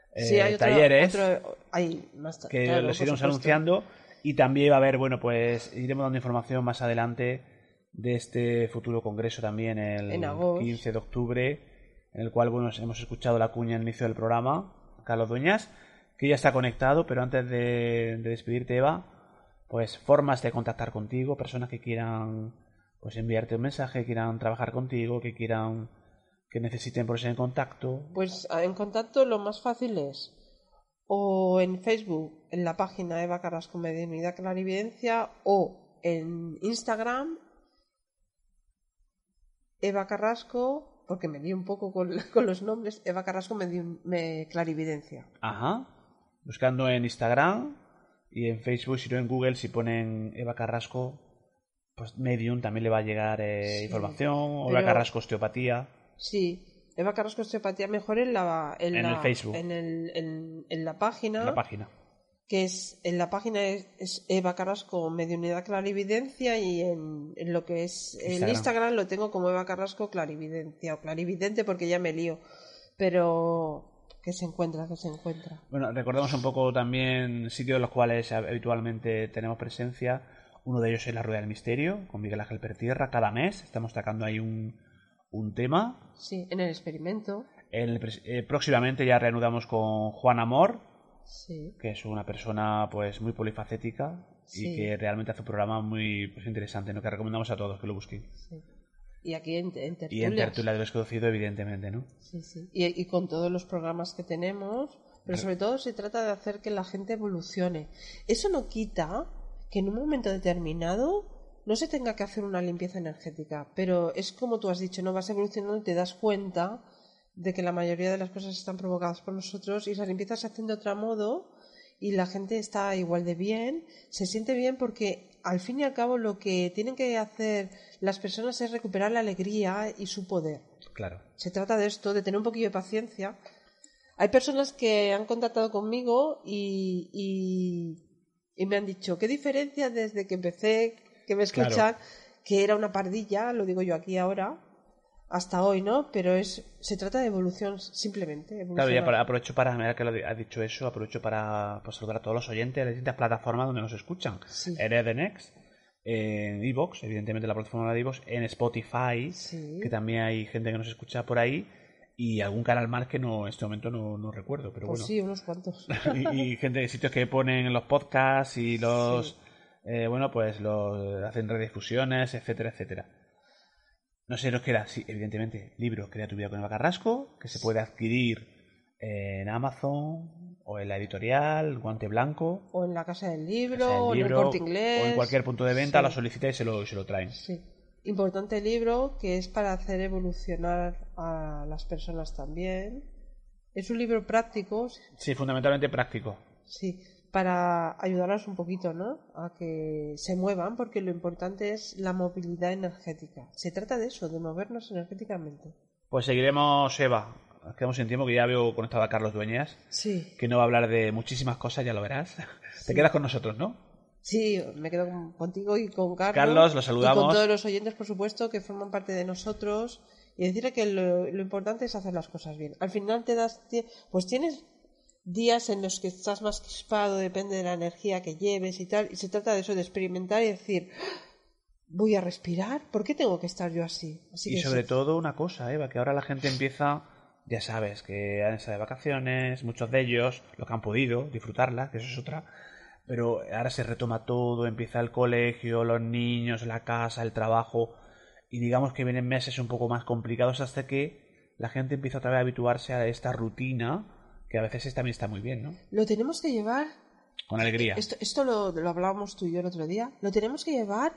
eh, sí, hay otro, talleres otro, hay más que claro, los iremos supuesto. anunciando, y también va a haber, bueno, pues iremos dando información más adelante de este futuro congreso también el quince de octubre, en el cual, bueno, hemos escuchado la cuña al inicio del programa, Carlos Dueñas, que ya está conectado, pero antes de, de despedirte, Eva, pues formas de contactar contigo, personas que quieran pues enviarte un mensaje, que quieran trabajar contigo, que quieran, que necesiten ponerse en contacto. Pues en contacto lo más fácil es o en Facebook, en la página Eva Carrasco Mediunidad Clarividencia, o en Instagram Eva Carrasco, porque me lío un poco con, con los nombres, Eva Carrasco Medium, me, Clarividencia. Ajá. Buscando en Instagram y en Facebook, si no en Google, si ponen Eva Carrasco, pues Medium, también le va a llegar eh, sí, información, o pero... Eva Carrasco Osteopatía. Sí, Eva Carrasco Osteopatía mejor en la... En, en la, el Facebook. En, el, en, en la página. En la página. Que es, en la página es, es Eva Carrasco Mediunidad Clarividencia, y en, en lo que es Instagram. En Instagram lo tengo como Eva Carrasco Clarividencia, o Clarividente, porque ya me lío. Pero... que se encuentra, que se encuentra. Bueno, recordamos un poco también sitios en los cuales habitualmente tenemos presencia. Uno de ellos es la Rueda del Misterio, con Miguel Ángel Pertierra. Cada mes estamos sacando ahí un, un tema. Sí, en el experimento. En el, eh, próximamente ya reanudamos con Juan Amor, sí, que es una persona pues muy polifacética, sí, y que realmente hace un programa muy pues, interesante, ¿no? Que recomendamos a todos que lo busquen. Sí. Y aquí en, en Tertulias. Y en Tertulia de Desconocido, evidentemente, ¿no? Sí, sí. Y, y con todos los programas que tenemos, pero sobre todo se trata de hacer que la gente evolucione. Eso no quita que en un momento determinado no se tenga que hacer una limpieza energética, pero es como tú has dicho, no vas evolucionando y te das cuenta de que la mayoría de las cosas están provocadas por nosotros, y esa limpieza se hace de otro modo y la gente está igual de bien, se siente bien, porque al fin y al cabo lo que tienen que hacer las personas es recuperar la alegría y su poder. Claro. Se trata de esto, de tener un poquillo de paciencia. Hay personas que han contactado conmigo y, y, y me han dicho, ¿qué diferencia desde que empecé, que me escuchan, claro, que era una pardilla, lo digo yo aquí ahora, hasta hoy, ¿no? Pero es se trata de evolución, simplemente. Claro, ya para, aprovecho para, mira que lo ha dicho eso, aprovecho para pues, saludar a todos los oyentes de las distintas plataformas donde nos escuchan. Sí. En Edenex, en iVoox, evidentemente la plataforma de iVoox, en Spotify, sí, que también hay gente que nos escucha por ahí, y algún canal más que no en este momento no, no recuerdo, pero pues bueno. Sí, unos cuantos. y, y gente de sitios que ponen los podcasts y los... Sí. Eh, bueno, pues los hacen redifusiones, etcétera, etcétera. No sé, nos queda, sí, evidentemente, libro Crea tu vida con Eva Carrasco, que se puede adquirir en Amazon o en la editorial Guante Blanco, o en la Casa del Libro, Casa del o Libro, en el Corte Inglés, o en cualquier punto de venta, sí, la solicita y se lo, se lo traen. Sí. Importante libro, que es para hacer evolucionar a las personas también. Es un libro práctico. Sí, fundamentalmente práctico. Sí, para ayudarlas un poquito, ¿no? A que se muevan, porque lo importante es la movilidad energética. Se trata de eso, de movernos energéticamente. Pues seguiremos, Eva. Nos quedamos sin tiempo, que ya veo conectado a Carlos Dueñas. Sí. Que no va a hablar de muchísimas cosas, ya lo verás. Sí. Te quedas con nosotros, ¿no? Sí, me quedo con, contigo y con Carlos. Carlos, lo saludamos. Y con todos los oyentes, por supuesto, que forman parte de nosotros. Y decirle que lo, lo importante es hacer las cosas bien. Al final te das... Pues tienes días en los que estás más crispado, depende de la energía que lleves y tal, y se trata de eso, de experimentar y decir, voy a respirar, ¿por qué tengo que estar yo así? así y que sobre sí. todo una cosa, Eva, que ahora la gente empieza, ya sabes, que han estado de vacaciones, muchos de ellos, los que han podido disfrutarla, que eso es otra, pero ahora se retoma todo, empieza el colegio, los niños, la casa, el trabajo, y digamos que vienen meses un poco más complicados hasta que la gente empieza otra vez a habituarse a esta rutina, que a veces también está muy bien, ¿no? Lo tenemos que llevar... Con alegría. Esto, esto lo, lo hablábamos tú y yo el otro día. Lo tenemos que llevar...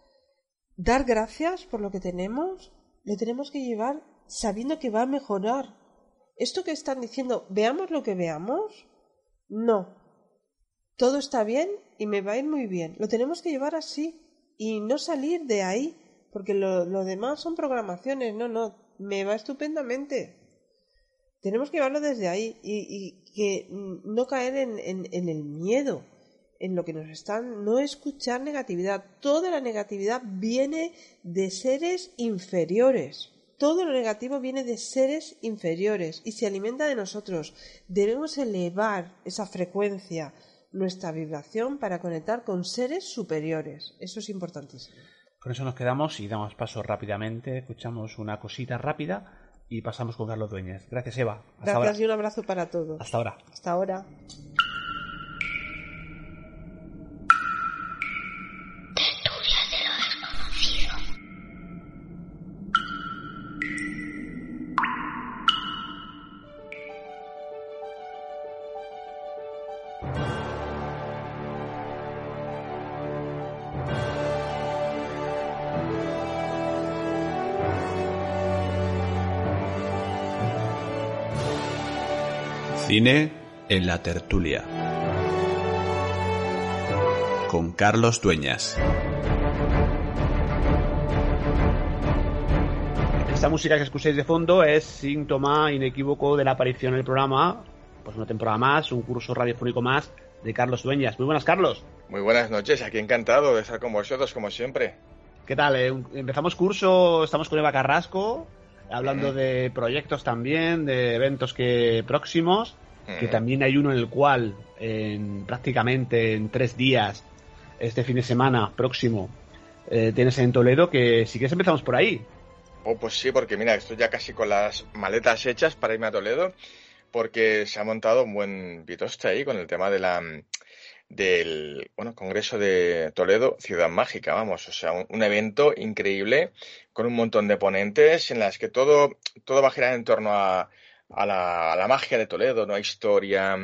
Dar gracias por lo que tenemos. Lo tenemos que llevar sabiendo que va a mejorar. Esto que están diciendo, veamos lo que veamos. No. Todo está bien y me va a ir muy bien. Lo tenemos que llevar así. Y no salir de ahí. Porque lo, lo demás son programaciones. No, no. Me va estupendamente. Tenemos que llevarlo desde ahí y, y que no caer en, en, en el miedo, en lo que nos están, no escuchar negatividad. Toda la negatividad viene de seres inferiores, todo lo negativo viene de seres inferiores y se alimenta de nosotros. Debemos elevar esa frecuencia, nuestra vibración, para conectar con seres superiores. Eso es importantísimo. Con eso nos quedamos y damos paso rápidamente. Escuchamos una cosita rápida y pasamos con Carlos Dueñas. Gracias, Eva. Hasta Gracias ahora. y un abrazo para todos. Hasta ahora. Hasta ahora. Cine en la tertulia con Carlos Dueñas. Esta música que escucháis de fondo es síntoma inequívoco de la aparición en el programa, pues una temporada más, un curso radiofónico más de Carlos Dueñas. Muy buenas, Carlos. Muy buenas noches, aquí encantado de estar con vosotros como siempre. ¿Qué tal? Eh, empezamos curso, estamos con Eva Carrasco, hablando de proyectos también, de eventos que próximos, mm. que también hay uno en el cual en, prácticamente en tres días, este fin de semana próximo, eh, tienes en Toledo, que si quieres empezamos por ahí. Oh, pues sí, porque mira, estoy ya casi con las maletas hechas para irme a Toledo, porque se ha montado un buen pitoste ahí con el tema de la del bueno Congreso de Toledo, Ciudad Mágica, vamos, o sea, un, un evento increíble con un montón de ponentes en las que todo todo va a girar en torno a, a, la, a la magia de Toledo, ¿no? Historia,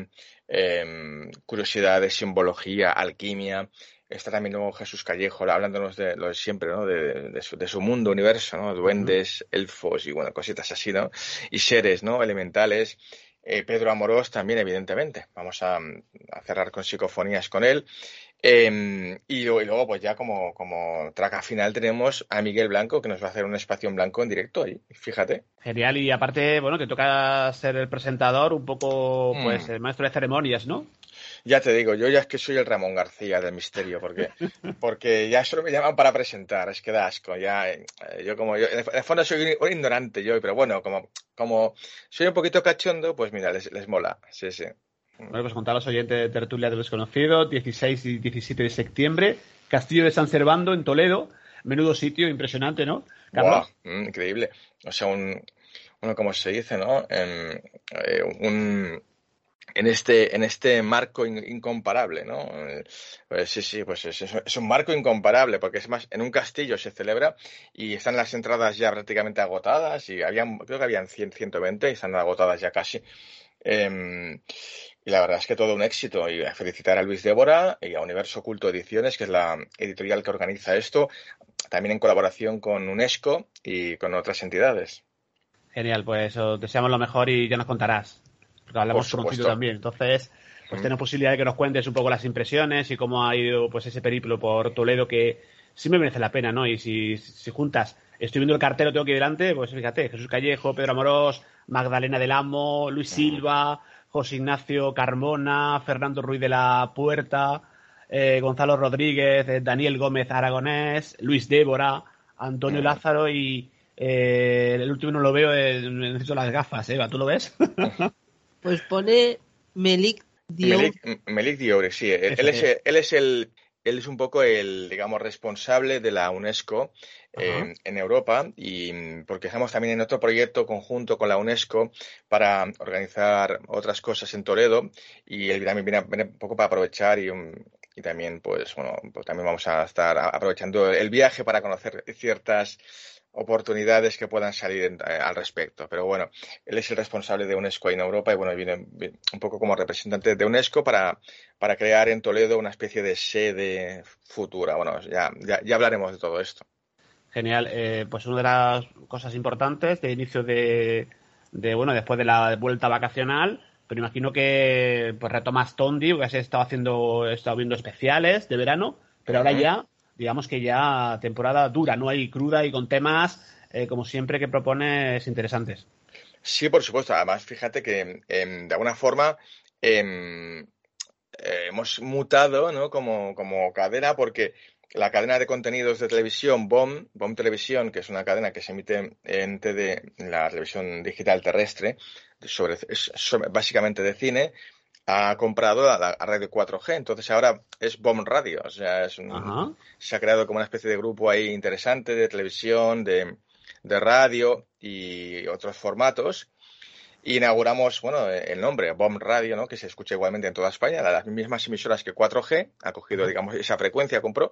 eh, curiosidades, simbología, alquimia. Está también luego Jesús Callejo hablándonos de lo de siempre, ¿no? De, de, su, de su mundo, universo, ¿no? Duendes, uh-huh. elfos y bueno, cositas así, ¿no? Y seres, ¿no? Elementales. Eh, Pedro Amorós también, evidentemente. Vamos a, a cerrar con psicofonías con él. Eh, y, luego, y luego, pues ya como, como traca final tenemos a Miguel Blanco, que nos va a hacer un espacio en blanco en directo ahí, fíjate. Genial, y aparte, bueno, te toca ser el presentador, un poco, pues, mm. el maestro de ceremonias, ¿no? Ya te digo, yo ya es que soy el Ramón García del misterio, porque porque ya solo me llaman para presentar, es que da asco, ya, eh, yo como, yo, en el fondo soy un ignorante yo, pero bueno, como, como soy un poquito cachondo, pues mira, les, les mola, sí, sí. Bueno, pues contar a los oyentes de Tertulia de los Desconocidos, dieciséis y diecisiete de septiembre, Castillo de San Servando, en Toledo, menudo sitio, impresionante, ¿no, Carlos? Wow, mm, increíble, o sea, un, uno como se dice, ¿no? En, eh, un... en este en este marco in, incomparable, ¿no? Pues sí, sí, pues es, es un marco incomparable, porque es más, en un castillo se celebra y están las entradas ya prácticamente agotadas y habían, creo que habían cien, ciento veinte y están agotadas ya casi. Eh, y la verdad es que todo un éxito, y a felicitar a Luis Débora y a Universo Oculto Ediciones, que es la editorial que organiza esto, también en colaboración con UNESCO y con otras entidades. Genial, pues os deseamos lo mejor y ya nos contarás. Porque hablamos prontito también, entonces pues mm. tenemos posibilidad de que nos cuentes un poco las impresiones y cómo ha ido pues ese periplo por Toledo, que sí me merece la pena, ¿no? Y si, si juntas, estoy viendo el cartel, lo tengo aquí delante, pues fíjate, Jesús Callejo, Pedro Amorós, Magdalena del Amo, Luis Silva, José Ignacio Carmona, Fernando Ruiz de la Puerta, eh, Gonzalo Rodríguez, eh, Daniel Gómez Aragonés, Luis Débora, Antonio mm. Lázaro y eh, el último no lo veo, eh, necesito las gafas, Eva, ¿tú lo ves? Pues pone Melik Dioure. Melik, Melik Dioure, sí. Él, él, es, él es el él es un poco el, digamos, responsable de la UNESCO eh, en Europa, y porque estamos también en otro proyecto conjunto con la UNESCO para organizar otras cosas en Toledo, y él también viene, viene un poco para aprovechar y, y también, pues, bueno, pues también vamos a estar aprovechando el viaje para conocer ciertas oportunidades que puedan salir en, eh, al respecto. Pero bueno, él es el responsable de UNESCO en Europa y bueno, viene, viene un poco como representante de UNESCO para, para crear en Toledo una especie de sede futura. Bueno, ya, ya, ya hablaremos de todo esto. Genial. Eh, pues una de las cosas importantes de inicio de, de, bueno, después de la vuelta vacacional, pero imagino que pues retomas Tondi, porque has estado haciendo, he estado viendo especiales de verano, pero ahora uh-huh. ya digamos que ya temporada dura, ¿no? Hay cruda y con temas, eh, como siempre, que propones interesantes. Sí, por supuesto. Además, fíjate que eh, de alguna forma eh, eh, hemos mutado, ¿no? Como, como cadena, porque la cadena de contenidos de televisión B O M, B O M Televisión, que es una cadena que se emite en T D, en la televisión digital terrestre, sobre, sobre básicamente de cine, ha comprado a la a Radio cuatro G, entonces ahora es B O M Radio, o sea, es un, se ha creado como una especie de grupo ahí interesante de televisión, de, de radio y otros formatos. Y inauguramos, bueno, el nombre, B O M Radio, ¿no? Que se escucha igualmente en toda España, las mismas emisoras que cuatro G, ha cogido, digamos, esa frecuencia, compró,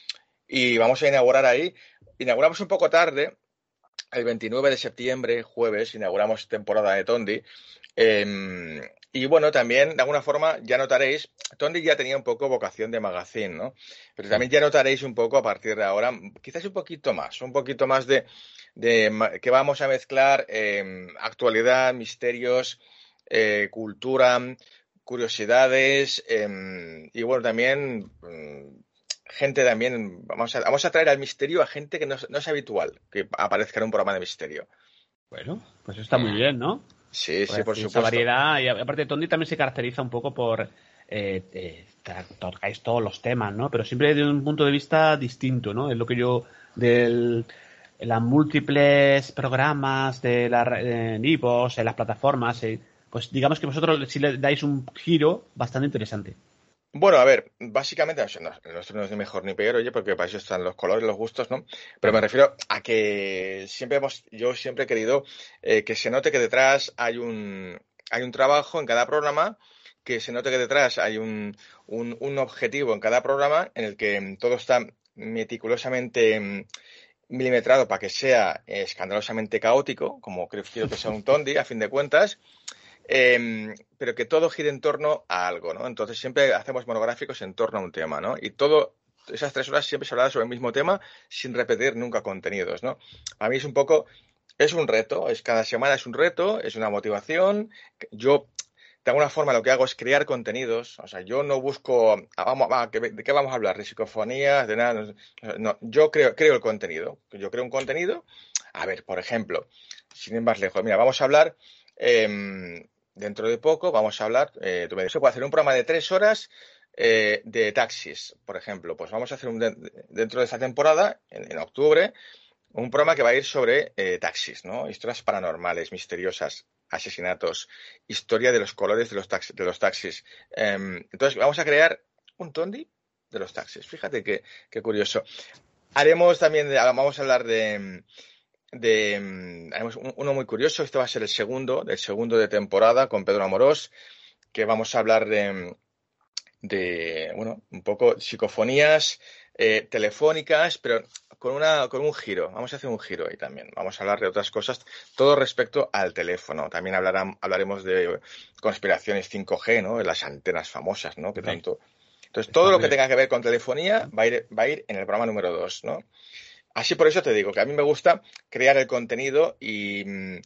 y vamos a inaugurar ahí. Inauguramos un poco tarde, el veintinueve de septiembre, jueves, inauguramos temporada de Tondi, eh, y bueno, también, de alguna forma, ya notaréis, Tondi ya tenía un poco vocación de magazine, ¿no? Pero también ya notaréis un poco a partir de ahora, quizás un poquito más, un poquito más de... de que vamos a mezclar eh, actualidad, misterios, eh, cultura, curiosidades eh, y bueno, también eh, gente también, vamos a, vamos a traer al misterio a gente que no, no es habitual que aparezca en un programa de misterio. Bueno, pues eso está muy bien, ¿no? Sí, pues sí, por esa supuesto. Variedad, y aparte Tondi también se caracteriza un poco por... Eh, eh, tocáis todos los temas, ¿no? Pero siempre desde un punto de vista distinto, ¿no? Es lo que yo... del las múltiples programas de la en iVoox, en las plataformas, eh, pues digamos que vosotros sí le dais un giro bastante interesante. Bueno, a ver, básicamente, o sea, no, el nuestro no es ni mejor ni peor, oye, porque para eso están los colores, los gustos, ¿no? Pero me refiero a que siempre hemos, yo siempre he querido eh, que se note que detrás hay un, hay un trabajo en cada programa, que se note que detrás hay un, un, un objetivo en cada programa en el que todo está meticulosamente milimetrado para que sea escandalosamente caótico, como creo, quiero que sea un Tondi, a fin de cuentas, eh, pero que todo gire en torno a algo, ¿no? Entonces siempre hacemos monográficos en torno a un tema, ¿no? Y todo, esas tres horas siempre se habla sobre el mismo tema sin repetir nunca contenidos, ¿no? A mí es un poco, es un reto, es cada semana es un reto, es una motivación. Yo, de alguna forma, lo que hago es crear contenidos. O sea, yo no busco, ah, vamos, ah, ¿de qué vamos a hablar? ¿De psicofonías? ¿De nada? No, yo creo, creo el contenido. Yo creo un contenido. A ver, por ejemplo, sin ir más lejos, mira, vamos a hablar, eh, dentro de poco, vamos a hablar, eh, tú me dices, se puede hacer un programa de tres horas eh, de taxis, por ejemplo. Pues vamos a hacer un, dentro de esta temporada, en, en octubre, un programa que va a ir sobre eh, taxis, ¿no? Historias paranormales, misteriosas, asesinatos, historia de los colores de los taxis. De los taxis. Eh, entonces, vamos a crear un Tondi de los taxis. Fíjate qué, qué curioso. Haremos también, de, vamos a hablar de, de, haremos uno muy curioso. Este va a ser el segundo, el segundo de temporada con Pedro Amorós, que vamos a hablar de, de bueno, un poco psicofonías eh, telefónicas, pero con una con un giro. Vamos a hacer un giro ahí también. Vamos a hablar de otras cosas, todo respecto al teléfono. También hablarán, hablaremos de conspiraciones cinco G, ¿no? De las antenas famosas, ¿no? Que tanto. Entonces, todo lo que tenga que ver con telefonía va a ir, va a ir en el programa número dos, ¿no? Así por eso te digo que a mí me gusta crear el contenido y,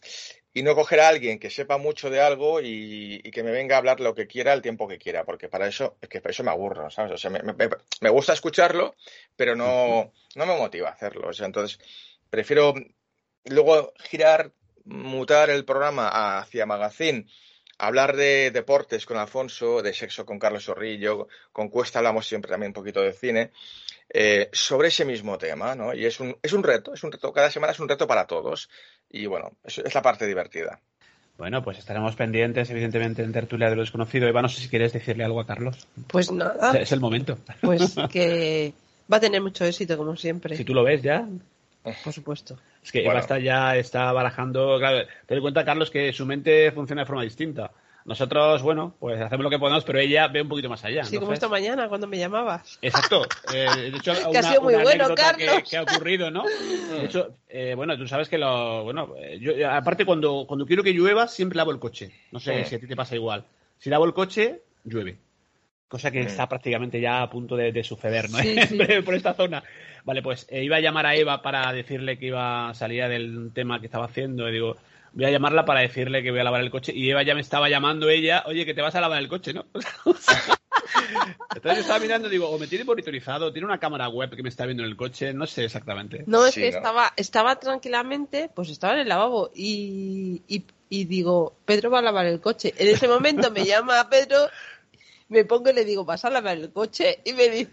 y no coger a alguien que sepa mucho de algo y, y que me venga a hablar lo que quiera el tiempo que quiera, porque para eso es que para eso me aburro, ¿sabes? O sea, me, me, me gusta escucharlo, pero no, no me motiva a hacerlo. O sea, entonces prefiero luego girar, mutar el programa hacia magazine, hablar de deportes con Alfonso, de sexo con Carlos Zorrillo, con Cuesta hablamos siempre también un poquito de cine. Eh, sobre ese mismo tema, ¿no? Y es un, es un reto, es un reto, cada semana es un reto para todos y bueno, es, es la parte divertida. Bueno, pues estaremos pendientes, evidentemente, en Tertulia de lo Desconocido. Eva, no sé si quieres decirle algo a Carlos. Pues nada. Es el momento. Pues que va a tener mucho éxito, como siempre. Si tú lo ves ya. Por supuesto. Es que bueno. Eva está ya está barajando, claro, ten en cuenta, Carlos, que su mente funciona de forma distinta. Nosotros, bueno, pues hacemos lo que podemos, pero ella ve un poquito más allá. Sí, entonces... como esta mañana, cuando me llamabas. Exacto. Eh, de hecho, que una, ha sido muy una bueno, anécdota Carlos. Que, que ha ocurrido, ¿no? De hecho, eh, bueno, tú sabes que lo... Bueno, yo aparte cuando, cuando quiero que llueva, siempre lavo el coche. No sé sí. si a ti te pasa igual. Si lavo el coche, llueve. Cosa que sí. está prácticamente ya a punto de, de suceder, ¿no? Sí, sí. Por esta zona. Vale, pues eh, iba a llamar a Eva para decirle que iba a salir del tema que estaba haciendo. Y digo... Voy a llamarla para decirle que voy a lavar el coche. Y Eva ya me estaba llamando ella. Oye, que te vas a lavar el coche, ¿no? Entonces yo estaba mirando y digo, o me tiene monitorizado, tiene una cámara web que me está viendo en el coche. No sé exactamente. No, es sí, que ¿no? estaba estaba tranquilamente, pues estaba en el lavabo. Y, y, y digo, Pedro va a lavar el coche. En ese momento me llama a Pedro, me pongo y le digo, ¿vas a lavar el coche? Y me dice...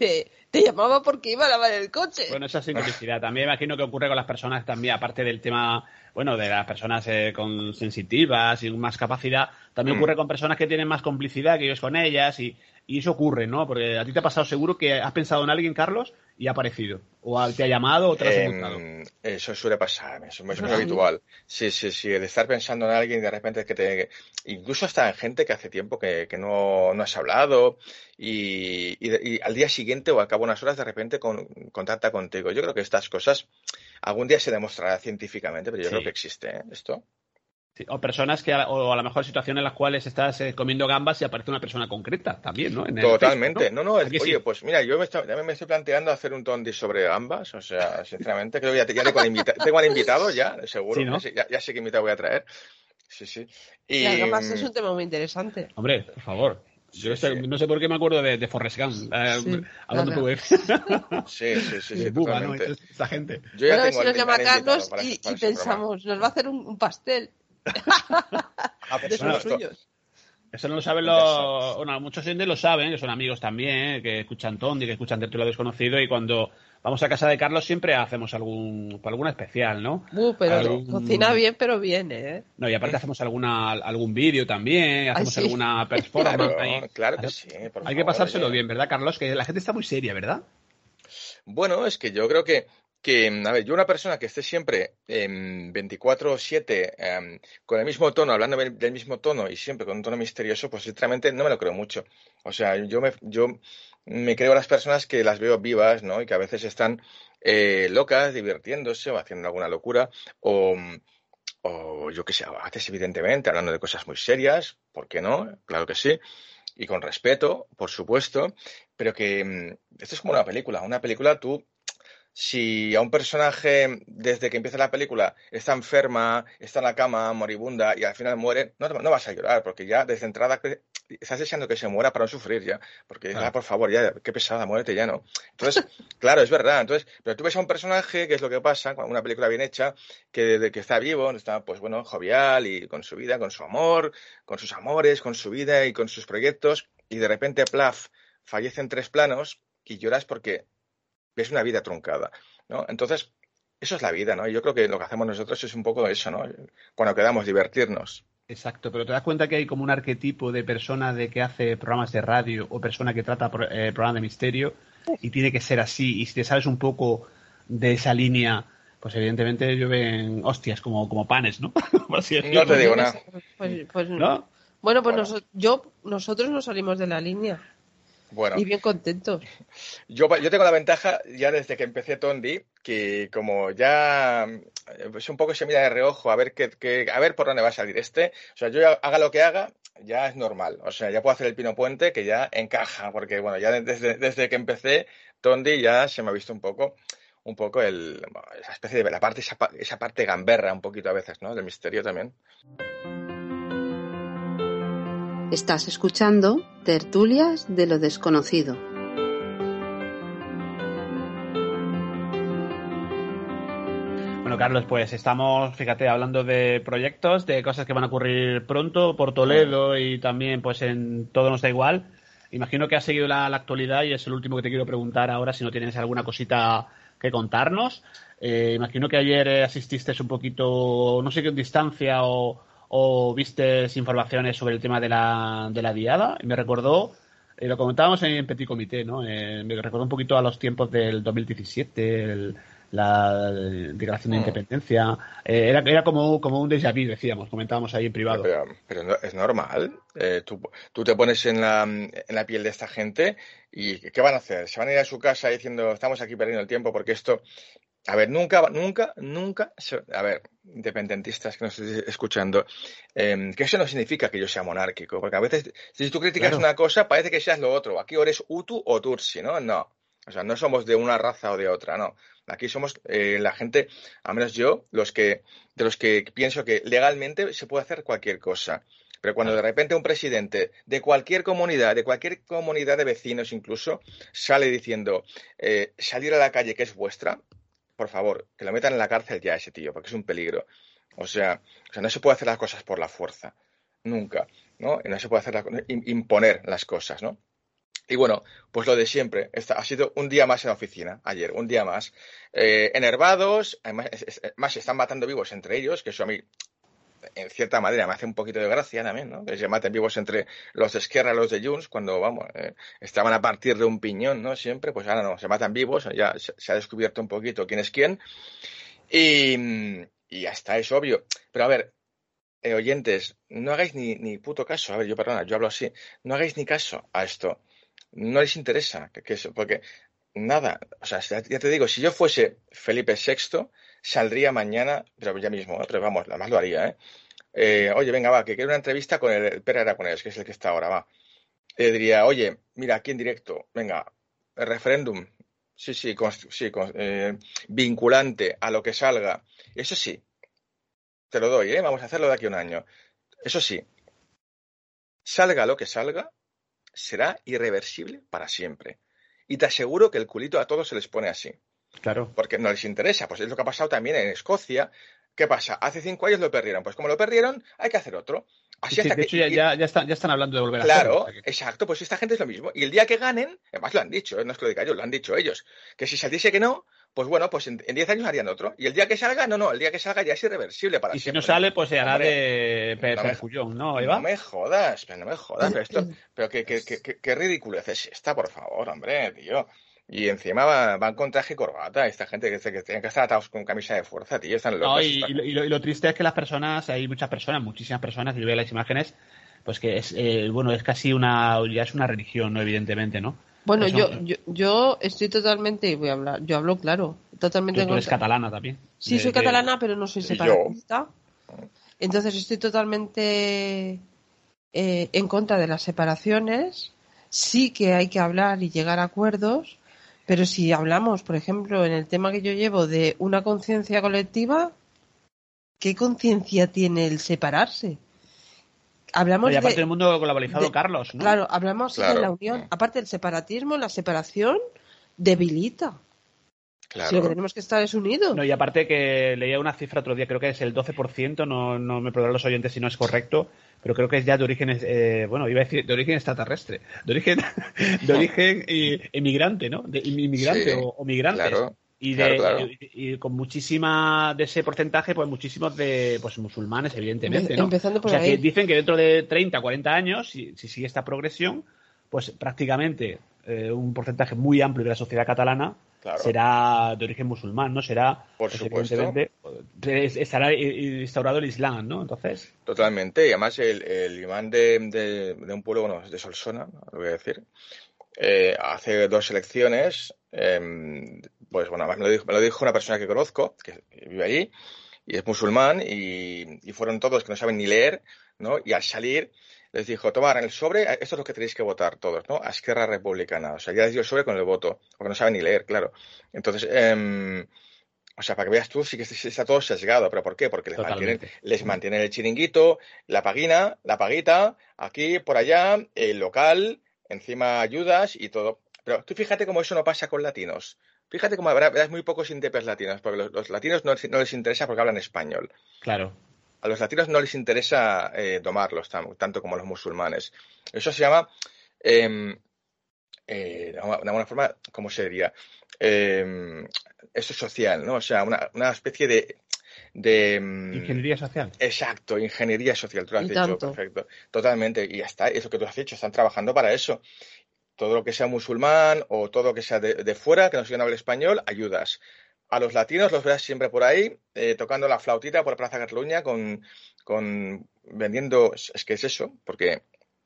Te llamaba porque iba a lavar el coche. Bueno, esa simplicidad. También imagino que ocurre con las personas también, aparte del tema, bueno, de las personas eh, con sensitivas y más capacidad, también ocurre con personas que tienen más complicidad que ellos con ellas y, y eso ocurre, ¿no? Porque a ti te ha pasado seguro que has pensado en alguien, Carlos, y ha aparecido. O te ha llamado o te lo has encontrado. Eh, eso suele pasar, eso es muy habitual. Sí, sí, sí, de estar pensando en alguien y de repente que te... Incluso hasta en gente que hace tiempo que, que no, no has hablado y, y, y al día siguiente o al cabo de unas horas de repente con, contacta contigo. Yo creo que estas cosas algún día se demostrará científicamente, pero yo sí. creo que existe, ¿eh? Esto. Sí, o personas que, o a lo mejor situaciones en las cuales estás eh, comiendo gambas y aparece una persona concreta también, ¿no? En el Totalmente. Facebook, ¿no? No, no, es, oye, sí? pues mira, yo me estoy, también me estoy planteando hacer un tondi sobre gambas, o sea, sinceramente, creo que ya, ya tengo, al invita tengo al invitado ya, seguro, sí, ¿no? ya, sé, ya, ya sé qué invitado voy a traer. Sí, sí. Y las gambas es un tema muy interesante. Hombre, por favor. Yo sí, sí. no sé por qué me acuerdo de, de Forrest Gump, eh, sí, hablando tú. Sí, sí, sí, sí, Buba, totalmente. ¿No? Esa gente. Yo ya bueno, tengo si nos llama Carlos para, y, para y pensamos, programa. Nos va a hacer un, un pastel. ah, de bueno, los suyos. Eso no lo saben los... Bueno, muchos gente lo saben, que son amigos también, que escuchan Tondi, que escuchan Tertulia Desconocido, y cuando vamos a casa de Carlos siempre hacemos algún alguna especial, ¿no? Uh, pero algún... cocina bien, pero bien, ¿eh? No, y aparte hacemos alguna algún vídeo también, hacemos Ay, sí. alguna performance. Claro, ahí. claro que sí, por Hay favor, que pasárselo ya. bien, ¿verdad, Carlos? Que la gente está muy seria, ¿verdad? Bueno, es que yo creo que que, a ver, yo una persona que esté siempre eh, veinticuatro siete eh, con el mismo tono, hablando del mismo tono y siempre con un tono misterioso, pues sinceramente no me lo creo mucho. O sea, yo me, yo me creo a las personas que las veo vivas, ¿no? Y que a veces están eh, locas, divirtiéndose o haciendo alguna locura o, o yo qué sé, a veces evidentemente hablando de cosas muy serias, ¿por qué no? Claro que sí. Y con respeto, por supuesto, pero que esto es como una película. Una película tú... Si a un personaje, desde que empieza la película, está enferma, está en la cama, moribunda, y al final muere, no, no vas a llorar, porque ya desde entrada estás deseando que se muera para no sufrir ya. Porque, ah, por favor, ya, qué pesada, muérete ya, ¿no? Entonces, claro, es verdad. Entonces, pero tú ves a un personaje, que es lo que pasa, con una película bien hecha, que desde que está vivo, está, pues bueno, jovial, y con su vida, con su amor, con sus amores, con su vida y con sus proyectos, y de repente, plaf, fallece en tres planos, y lloras porque ves una vida truncada, ¿no? Entonces, eso es la vida, ¿no? Y yo creo que lo que hacemos nosotros es un poco eso, ¿no? Cuando quedamos, divertirnos. Exacto, pero te das cuenta que hay como un arquetipo de persona de que hace programas de radio o persona que trata eh, programas de misterio y tiene que ser así. Y si te sabes un poco de esa línea, pues evidentemente llueven hostias como, como panes, ¿no? Así no te digo nada. Pues, pues, ¿no? Bueno, pues bueno. Nos, yo, nosotros no salimos de la línea. Bueno, y bien contentos. Yo, yo tengo la ventaja, ya desde que empecé Tondi, que como ya pues un poco se mira de reojo a ver qué, qué, a ver por dónde va a salir este. O sea, yo ya, haga lo que haga, ya es normal. O sea, ya puedo hacer el pino puente que ya encaja, porque bueno, ya desde, desde que empecé Tondi ya se me ha visto un poco, un poco el, esa especie de la parte, esa, esa parte gamberra un poquito a veces, ¿no? Del misterio también. Estás escuchando Tertulias de lo Desconocido. Bueno, Carlos, pues estamos, fíjate, hablando de proyectos, de cosas que van a ocurrir pronto por Toledo y también pues en Todo Nos Da Igual. Imagino que has seguido la, la actualidad y es el último que te quiero preguntar ahora, si no tienes alguna cosita que contarnos. Eh, imagino que ayer asististe un poquito, no sé qué distancia o... o vistes informaciones sobre el tema de la, de la diada. Me recordó, eh, lo comentábamos en Petit Comité, ¿no? Eh, me recordó un poquito a los tiempos del dos mil diecisiete, el, la Declaración de Independencia. Eh, era era como, como un déjà vu, decíamos, comentábamos ahí en privado. Pero, pero no, es normal. Eh, tú, tú te pones en la, en la piel de esta gente y ¿qué van a hacer? ¿Se van a ir a su casa diciendo estamos aquí perdiendo el tiempo porque esto... A ver, nunca, nunca, nunca, a ver, independentistas que nos estéis escuchando, eh, que eso no significa que yo sea monárquico, porque a veces, si tú criticas claro. una cosa, parece que seas lo otro. Aquí o eres Hutu o Tutsi, ¿no? No. O sea, no somos de una raza o de otra, no. Aquí somos eh, la gente, al menos yo, los que, de los que pienso que legalmente se puede hacer cualquier cosa. Pero cuando de repente un presidente de cualquier comunidad, de cualquier comunidad de vecinos incluso, sale diciendo eh, salir a la calle que es vuestra, por favor, que lo metan en la cárcel ya ese tío, porque es un peligro. O sea, o sea, no se puede hacer las cosas por la fuerza. Nunca, ¿no? Y no se puede hacer la, imponer las cosas, ¿no? Y bueno, pues lo de siempre. Esta, ha sido un día más en la oficina, ayer, un día más. Eh, enervados, además, es, es, además se están matando vivos entre ellos, que eso a mí, en cierta manera, me hace un poquito de gracia también, ¿no? Que se maten vivos entre los de Esquerra y los de Junts, cuando, vamos, eh, estaban a partir de un piñón, ¿no? Siempre, pues ahora no, se matan vivos, ya se, se ha descubierto un poquito quién es quién. Y, y ya está, es obvio. Pero a ver, eh, oyentes, no hagáis ni, ni puto caso. A ver, yo perdona, yo hablo así. No hagáis ni caso a esto. No les interesa, que, que eso, porque nada, o sea, ya te digo, si yo fuese Felipe sexto, saldría mañana, pero ya mismo, ¿eh? Pero vamos, además lo haría, ¿eh? Eh, oye, venga, va, que quiero una entrevista con el, el Pere Aragonés, que es el que está ahora, va. Le diría, oye, mira, aquí en directo, venga, el referéndum, sí, sí, con, sí con, eh, vinculante a lo que salga, eso sí, te lo doy, ¿eh? Vamos a hacerlo de aquí a un año. Eso sí, salga lo que salga, será irreversible para siempre. Y te aseguro que el culito a todos se les pone así. Claro. Porque no les interesa. Pues es lo que ha pasado también en Escocia. ¿Qué pasa? Hace cinco años lo perdieron. Pues como lo perdieron, hay que hacer otro. Así sí, hasta de que, hecho, ya, ya, ya, están, ya están hablando de volver claro, a hacerlo. Claro, exacto. Pues esta gente es lo mismo. Y el día que ganen, además lo han dicho, ¿eh? No es que lo diga yo, lo han dicho ellos, que si saliese que no, pues bueno, pues en diez años harían otro. Y el día que salga, no, no, el día que salga ya es irreversible para y si siempre. no sale, pues se hará Hombre, de per, no me, percullón, ¿no, Eva? No me jodas, pero no me jodas. Pero, esto, pero qué, qué, qué, qué, qué ridiculez es esta, por favor, hombre, tío. Y encima van va con traje y corbata. Esta gente que, que tienen que estar atados con camisa de fuerza, tío. Están locos. No, y, y, lo, y, lo, y lo triste es que las personas, hay muchas personas, muchísimas personas, y yo veo las imágenes, pues que es, eh, bueno, es casi una, ya es una religión, ¿no? Evidentemente, ¿no? Bueno, Eso, yo, yo yo estoy totalmente, voy a hablar, yo hablo claro, totalmente. Tú eres catalana también. Sí, de, soy catalana, de... pero no soy separatista. Entonces estoy totalmente eh, en contra de las separaciones. Sí que hay que hablar y llegar a acuerdos, pero si hablamos, por ejemplo, en el tema que yo llevo de una conciencia colectiva, ¿qué conciencia tiene el separarse? Hablamos y aparte de, del mundo globalizado, de, Carlos, ¿no? Claro, hablamos claro. de la unión. Aparte del separatismo, la separación debilita. Claro. Si lo que tenemos que estar es unidos. No, y aparte que leía una cifra otro día, creo que es el doce por ciento, no, no me perdonarán los oyentes si no es correcto, pero creo que es ya de origen, eh, bueno, iba a decir de origen extraterrestre, de origen, de origen eh, emigrante, ¿no? De inmigrante sí, o, o migrantes. Claro. Y, de, claro, claro. Y, y con muchísima de ese porcentaje, pues muchísimos de pues musulmanes, evidentemente, ¿no? Empezando por o sea, ahí. que dicen que dentro de treinta, cuarenta años, si, si sigue esta progresión, pues prácticamente eh, un porcentaje muy amplio de la sociedad catalana claro. será de origen musulmán, ¿no? Será, por pues, supuesto, estará instaurado el Islam, ¿no? Entonces. Totalmente. Y además el, el imán de, de, de un pueblo, bueno, de Solsona, lo voy a decir. Eh, hace dos elecciones, eh, pues bueno, me lo, dijo, me lo dijo una persona que conozco, que vive allí, y es musulmán, y, y fueron todos que no saben ni leer, ¿no? Y al salir les dijo, tomar en el sobre, esto es lo que tenéis que votar todos, ¿no? A Esquerra Republicana. O sea, ya les dio el sobre con el voto, porque no saben ni leer, claro. Entonces, eh, o sea, para que veas tú, sí que está todo sesgado. ¿Pero por qué? Porque les mantienen, les mantienen el chiringuito, la paguina, la paguita, aquí, por allá, el local, encima ayudas y todo. Pero tú fíjate cómo eso no pasa con latinos. Fíjate cómo habrá verás muy pocos indepes latinos, porque los, los latinos no, no les interesa porque hablan español. Claro. A los latinos no les interesa eh, domarlos tam, tanto como a los musulmanes. Eso se llama, eh, eh, de alguna forma, ¿cómo se diría? Eh, eso es social, ¿no? O sea, una, una especie de... de ingeniería social. Exacto, ingeniería social, tú lo has y dicho, tanto. Perfecto. Totalmente, y ya está, eso que tú has dicho, están trabajando para eso. Todo lo que sea musulmán o todo lo que sea de, de fuera, que no sigan hablar español, ayudas. A los latinos los verás siempre por ahí, eh, tocando la flautita por Plaza Cataluña, con, con vendiendo, es que es eso, porque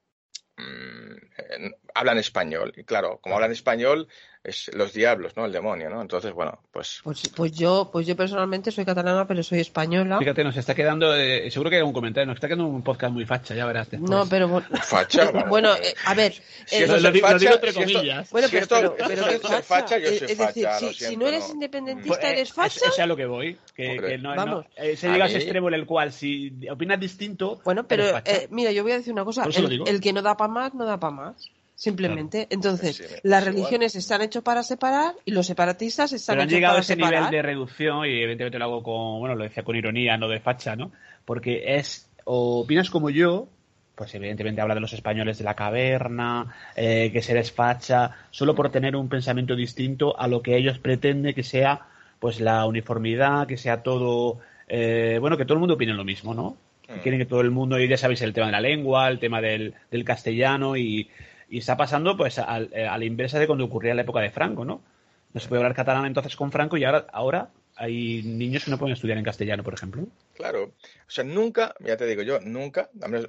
mmm, eh, hablan español. Y claro, como hablan español, es los diablos, ¿no? El demonio, ¿no? Entonces, bueno, pues... Pues, pues yo pues yo personalmente soy catalana, pero soy española. Fíjate, nos está quedando, eh, seguro que hay un comentario, nos está quedando un podcast muy facha, ya verás después. No, pero... ¿Facha? Bueno, eh, a ver... Si eh, esto lo, es facha, lo digo entre si comillas. Esto, bueno, si pero, esto, pero, esto, pero, esto, pero esto es facha, yo soy es facha, decir, lo si, siento, si no eres no. independentista, Pues, eres eh, facha. Es, es a lo que voy, que, que no, Vamos. no eh, se llega a ese extremo en el cual si opinas distinto... Bueno, pero eh, mira, yo voy a decir una cosa, el, el que no da para más, no da para más. Simplemente. Claro. Entonces, sí, sí, las sí, religiones igual. Están hechas para separar y los separatistas están Pero hechos han llegado para a ese separar. nivel de reducción, y evidentemente lo hago con, bueno, lo decía con ironía, no de facha, ¿no? Porque es, o opinas como yo, pues evidentemente habla de los españoles de la caverna, eh, que se les facha, solo por tener un pensamiento distinto a lo que ellos pretenden que sea pues la uniformidad, que sea todo, eh, bueno, que todo el mundo opine lo mismo, ¿no? Mm. Quieren que todo el mundo, y ya sabéis el tema de la lengua, el tema del, del castellano, y, y está pasando pues a, a la inversa de cuando ocurría en la época de Franco, ¿no? No se puede hablar catalán entonces con Franco y ahora, ahora hay niños que no pueden estudiar en castellano, por ejemplo. Claro. O sea, nunca, ya te digo yo, nunca,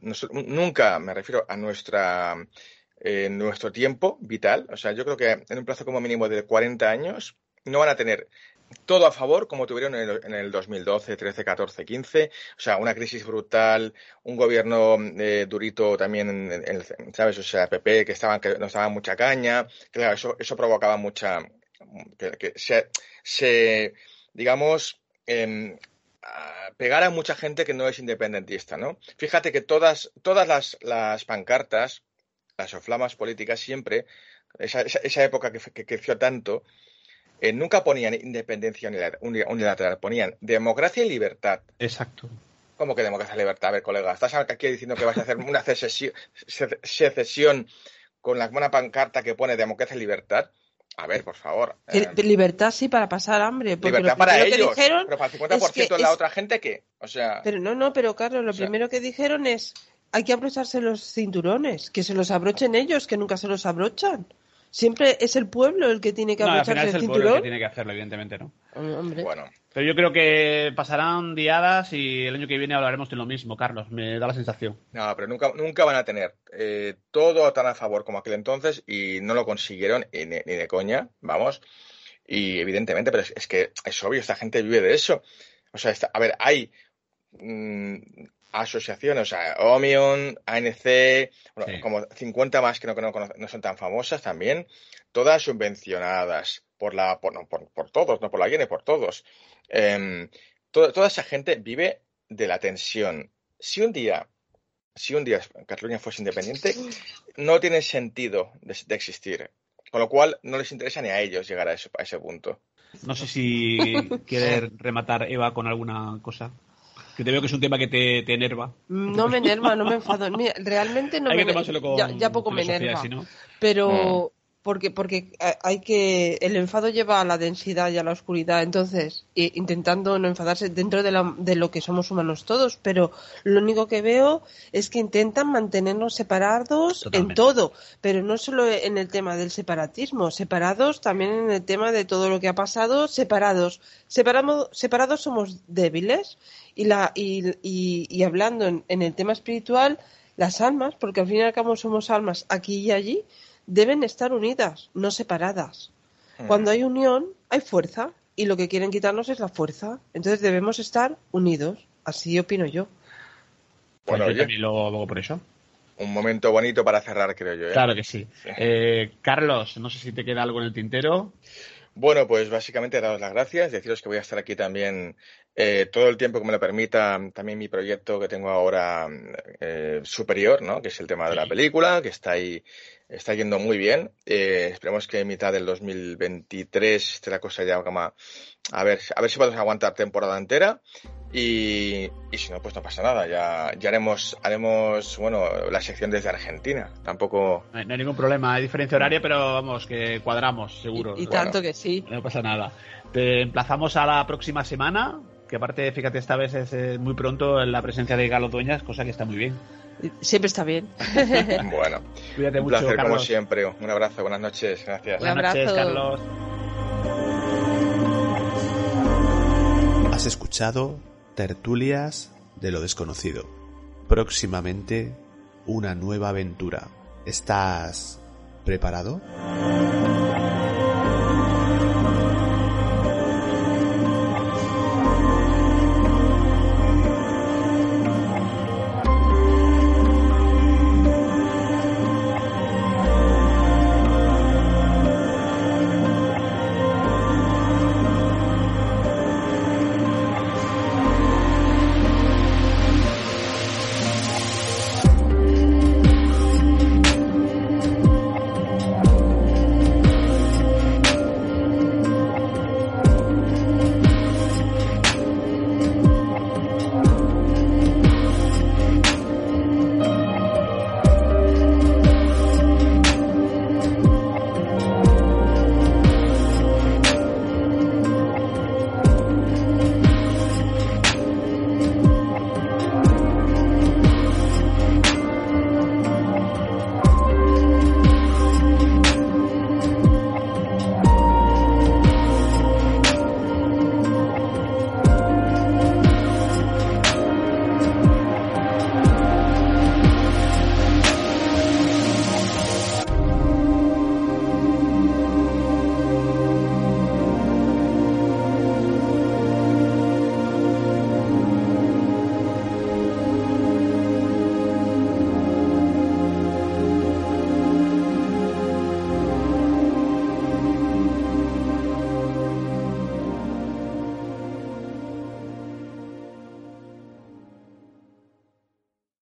nunca me refiero a nuestra eh, nuestro tiempo vital. O sea, yo creo que en un plazo como mínimo de cuarenta años no van a tener todo a favor como tuvieron en el, en el dos mil doce, trece, catorce, quince. O sea, una crisis brutal, un gobierno eh, durito también, en, en, ¿sabes? O sea, P P, que estaban que nos daban mucha caña. Claro, eso, eso provocaba mucha... que, que se... se digamos, eh, pegar a mucha gente que no es independentista, ¿no? Fíjate que todas, todas las, las pancartas, las soflamas políticas siempre, esa, esa, esa época que, que creció tanto, eh, nunca ponían independencia unilateral, ponían democracia y libertad. Exacto. ¿Cómo que democracia y libertad? A ver, colega, ¿estás aquí diciendo que vas a hacer una secesión, secesión con la buena pancarta que pone democracia y libertad? A ver, por favor. Eh, libertad sí para pasar hambre. Porque libertad lo para ellos, que dijeron pero para el cincuenta por ciento es de la es... otra gente, ¿qué? O sea... Pero no, no, pero Carlos, lo o sea... primero que dijeron es hay que abrocharse los cinturones, que se los abrochen ellos, que nunca se los abrochan. Siempre es el pueblo el que tiene que no, abrocharse al final el es el cinturón. pueblo el que tiene que hacerlo, evidentemente, ¿no? Hombre. Bueno. Pero yo creo que pasarán diadas y el año que viene hablaremos de lo mismo, Carlos. Me da la sensación. No, pero nunca, nunca van a tener eh, todo tan a favor como aquel entonces y no lo consiguieron ni, ni de coña, vamos. Y evidentemente, pero es, es que es obvio, esta gente vive de eso. O sea, está, a ver, hay mmm, asociaciones, o sea, Omion, A N C, bueno, sí. como cincuenta más que no, que no, no son tan famosas también, todas subvencionadas por la por, no, por, por todos, no por la Guinea, por todos. Eh, todo, toda esa gente vive de la tensión. Si un día, si un día Cataluña fuese independiente, no tiene sentido de, de existir. Con lo cual, no les interesa ni a ellos llegar a, eso, a ese punto. No sé si quiere rematar Eva con alguna cosa. Que te veo que es un tema que te, te enerva. No me enerva, no me enfado. Mira, realmente no hay me enerva. Ya, ya poco me enerva. Si no... Pero... Mm. Porque, porque hay que el enfado lleva a la densidad y a la oscuridad, entonces intentando no enfadarse dentro de, la, de lo que somos humanos todos, pero lo único que veo es que intentan mantenernos separados Totalmente. En todo, pero no solo en el tema del separatismo, separados también en el tema de todo lo que ha pasado, separados, separamos, separados somos débiles y la y, y, y hablando en, en el tema espiritual, las almas, porque al fin y al cabo somos almas aquí y allí, deben estar unidas, no separadas. Cuando hay unión, hay fuerza, y lo que quieren quitarnos es la fuerza. Entonces debemos estar unidos. Así opino yo. Bueno, pues yo también lo hago por eso. Un momento bonito para cerrar, creo yo. ¿eh? Claro que sí. sí. Eh, Carlos, no sé si te queda algo en el tintero. Bueno, pues básicamente daros las gracias, deciros que voy a estar aquí también eh, todo el tiempo que me lo permita, también mi proyecto que tengo ahora eh, superior, ¿no? Que es el tema de la película, que está ahí, está yendo muy bien. Eh, esperemos que en mitad del dos mil veintitrés esté la cosa ya como a, a ver, a ver si podemos aguantar temporada entera. Y, y si no, pues no pasa nada, ya, ya haremos, haremos, bueno, la sección desde Argentina, tampoco... No hay, no hay ningún problema, hay diferencia horaria, pero vamos, que cuadramos, seguro. Y, y bueno, tanto que sí. No pasa nada. Te emplazamos a la próxima semana, que aparte, fíjate, esta vez es eh, muy pronto la presencia de Carlos Dueñas, cosa que está muy bien. Siempre está bien. Bueno, cuídate un mucho, placer Carlos. como siempre, un abrazo, buenas noches, gracias. Buenas noches, Carlos. Has escuchado Tertulias de lo desconocido. Próximamente una nueva aventura. ¿Estás preparado?